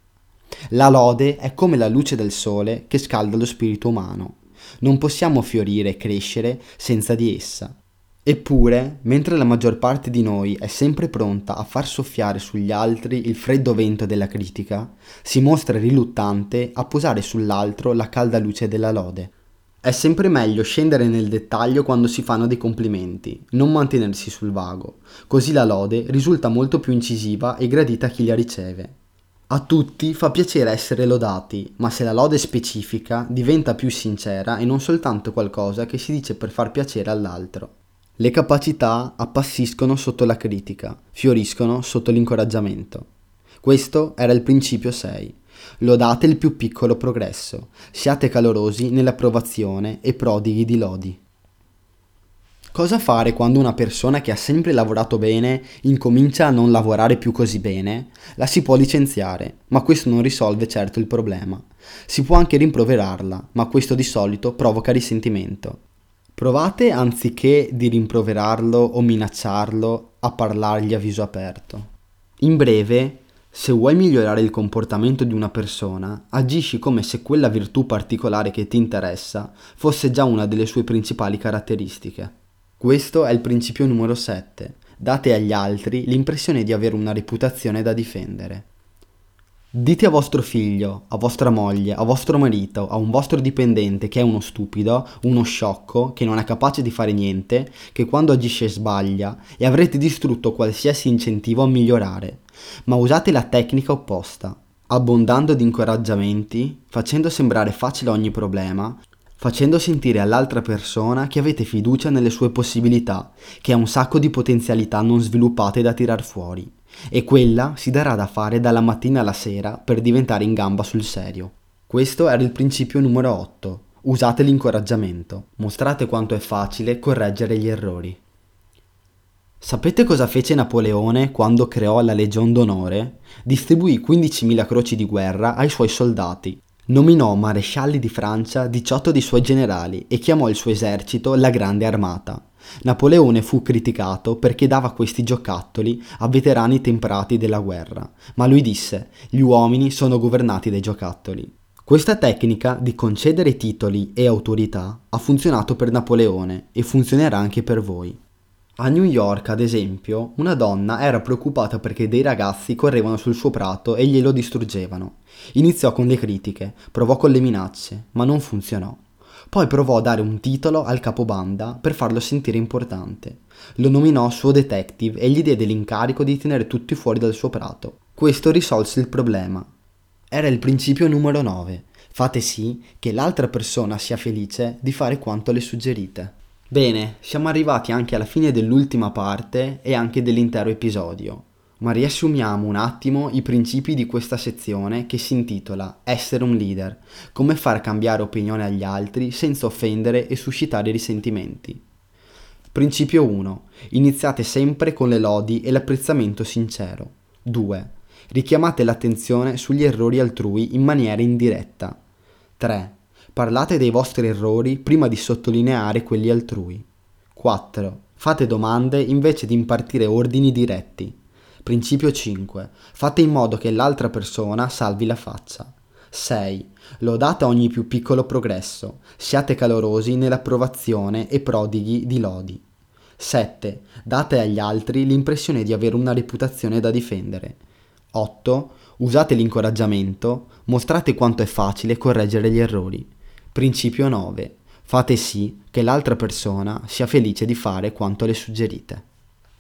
La lode è come la luce del sole che scalda lo spirito umano. Non possiamo fiorire e crescere senza di essa. Eppure, mentre la maggior parte di noi è sempre pronta a far soffiare sugli altri il freddo vento della critica, si mostra riluttante a posare sull'altro la calda luce della lode. È sempre meglio scendere nel dettaglio quando si fanno dei complimenti, non mantenersi sul vago, così la lode risulta molto più incisiva e gradita a chi la riceve. A tutti fa piacere essere lodati, ma se la lode è specifica diventa più sincera e non soltanto qualcosa che si dice per far piacere all'altro. Le capacità appassiscono sotto la critica, fioriscono sotto l'incoraggiamento. Questo era il principio sei. Lodate il più piccolo progresso, siate calorosi nell'approvazione e prodighi di lodi. Cosa fare quando una persona che ha sempre lavorato bene incomincia a non lavorare più così bene? La si può licenziare, ma questo non risolve certo il problema. Si può anche rimproverarla, ma questo di solito provoca risentimento. Provate, anziché di rimproverarlo o minacciarlo, a parlargli a viso aperto. In breve, se vuoi migliorare il comportamento di una persona, agisci come se quella virtù particolare che ti interessa fosse già una delle sue principali caratteristiche. Questo è il principio numero sette. Date agli altri l'impressione di avere una reputazione da difendere. Dite a vostro figlio, a vostra moglie, a vostro marito, a un vostro dipendente che è uno stupido, uno sciocco, che non è capace di fare niente, che quando agisce sbaglia e avrete distrutto qualsiasi incentivo a migliorare. Ma usate la tecnica opposta, abbondando di incoraggiamenti, facendo sembrare facile ogni problema, facendo sentire all'altra persona che avete fiducia nelle sue possibilità, che ha un sacco di potenzialità non sviluppate da tirar fuori. E quella si darà da fare dalla mattina alla sera per diventare in gamba sul serio. Questo era il principio numero otto. Usate l'incoraggiamento. Mostrate quanto è facile correggere gli errori. Sapete cosa fece Napoleone quando creò la Legion d'Onore? Distribuì quindicimila croci di guerra ai suoi soldati. Nominò marescialli di Francia diciotto dei suoi generali e chiamò il suo esercito la Grande Armata. Napoleone fu criticato perché dava questi giocattoli a veterani temprati della guerra, ma lui disse: gli uomini sono governati dai giocattoli. Questa tecnica di concedere titoli e autorità ha funzionato per Napoleone e funzionerà anche per voi. A New York, ad esempio, una donna era preoccupata perché dei ragazzi correvano sul suo prato e glielo distruggevano. Iniziò con le critiche, provò con le minacce, ma non funzionò. Poi provò a dare un titolo al capobanda per farlo sentire importante. Lo nominò suo detective e gli diede l'incarico di tenere tutti fuori dal suo prato. Questo risolse il problema. Era il principio numero nove. Fate sì che l'altra persona sia felice di fare quanto le suggerite. Bene, siamo arrivati anche alla fine dell'ultima parte e anche dell'intero episodio. Ma riassumiamo un attimo i principi di questa sezione che si intitola Essere un leader, come far cambiare opinione agli altri senza offendere e suscitare risentimenti. Principio uno. Iniziate sempre con le lodi e l'apprezzamento sincero. due. Richiamate l'attenzione sugli errori altrui in maniera indiretta. tre. Parlate dei vostri errori prima di sottolineare quelli altrui. quattro. Fate domande invece di impartire ordini diretti. Principio cinque. Fate in modo che l'altra persona salvi la faccia. sei. Lodate ogni più piccolo progresso. Siate calorosi nell'approvazione e prodighi di lodi. sette. Date agli altri l'impressione di avere una reputazione da difendere. otto. Usate l'incoraggiamento, mostrate quanto è facile correggere gli errori. Principio nove. Fate sì che l'altra persona sia felice di fare quanto le suggerite.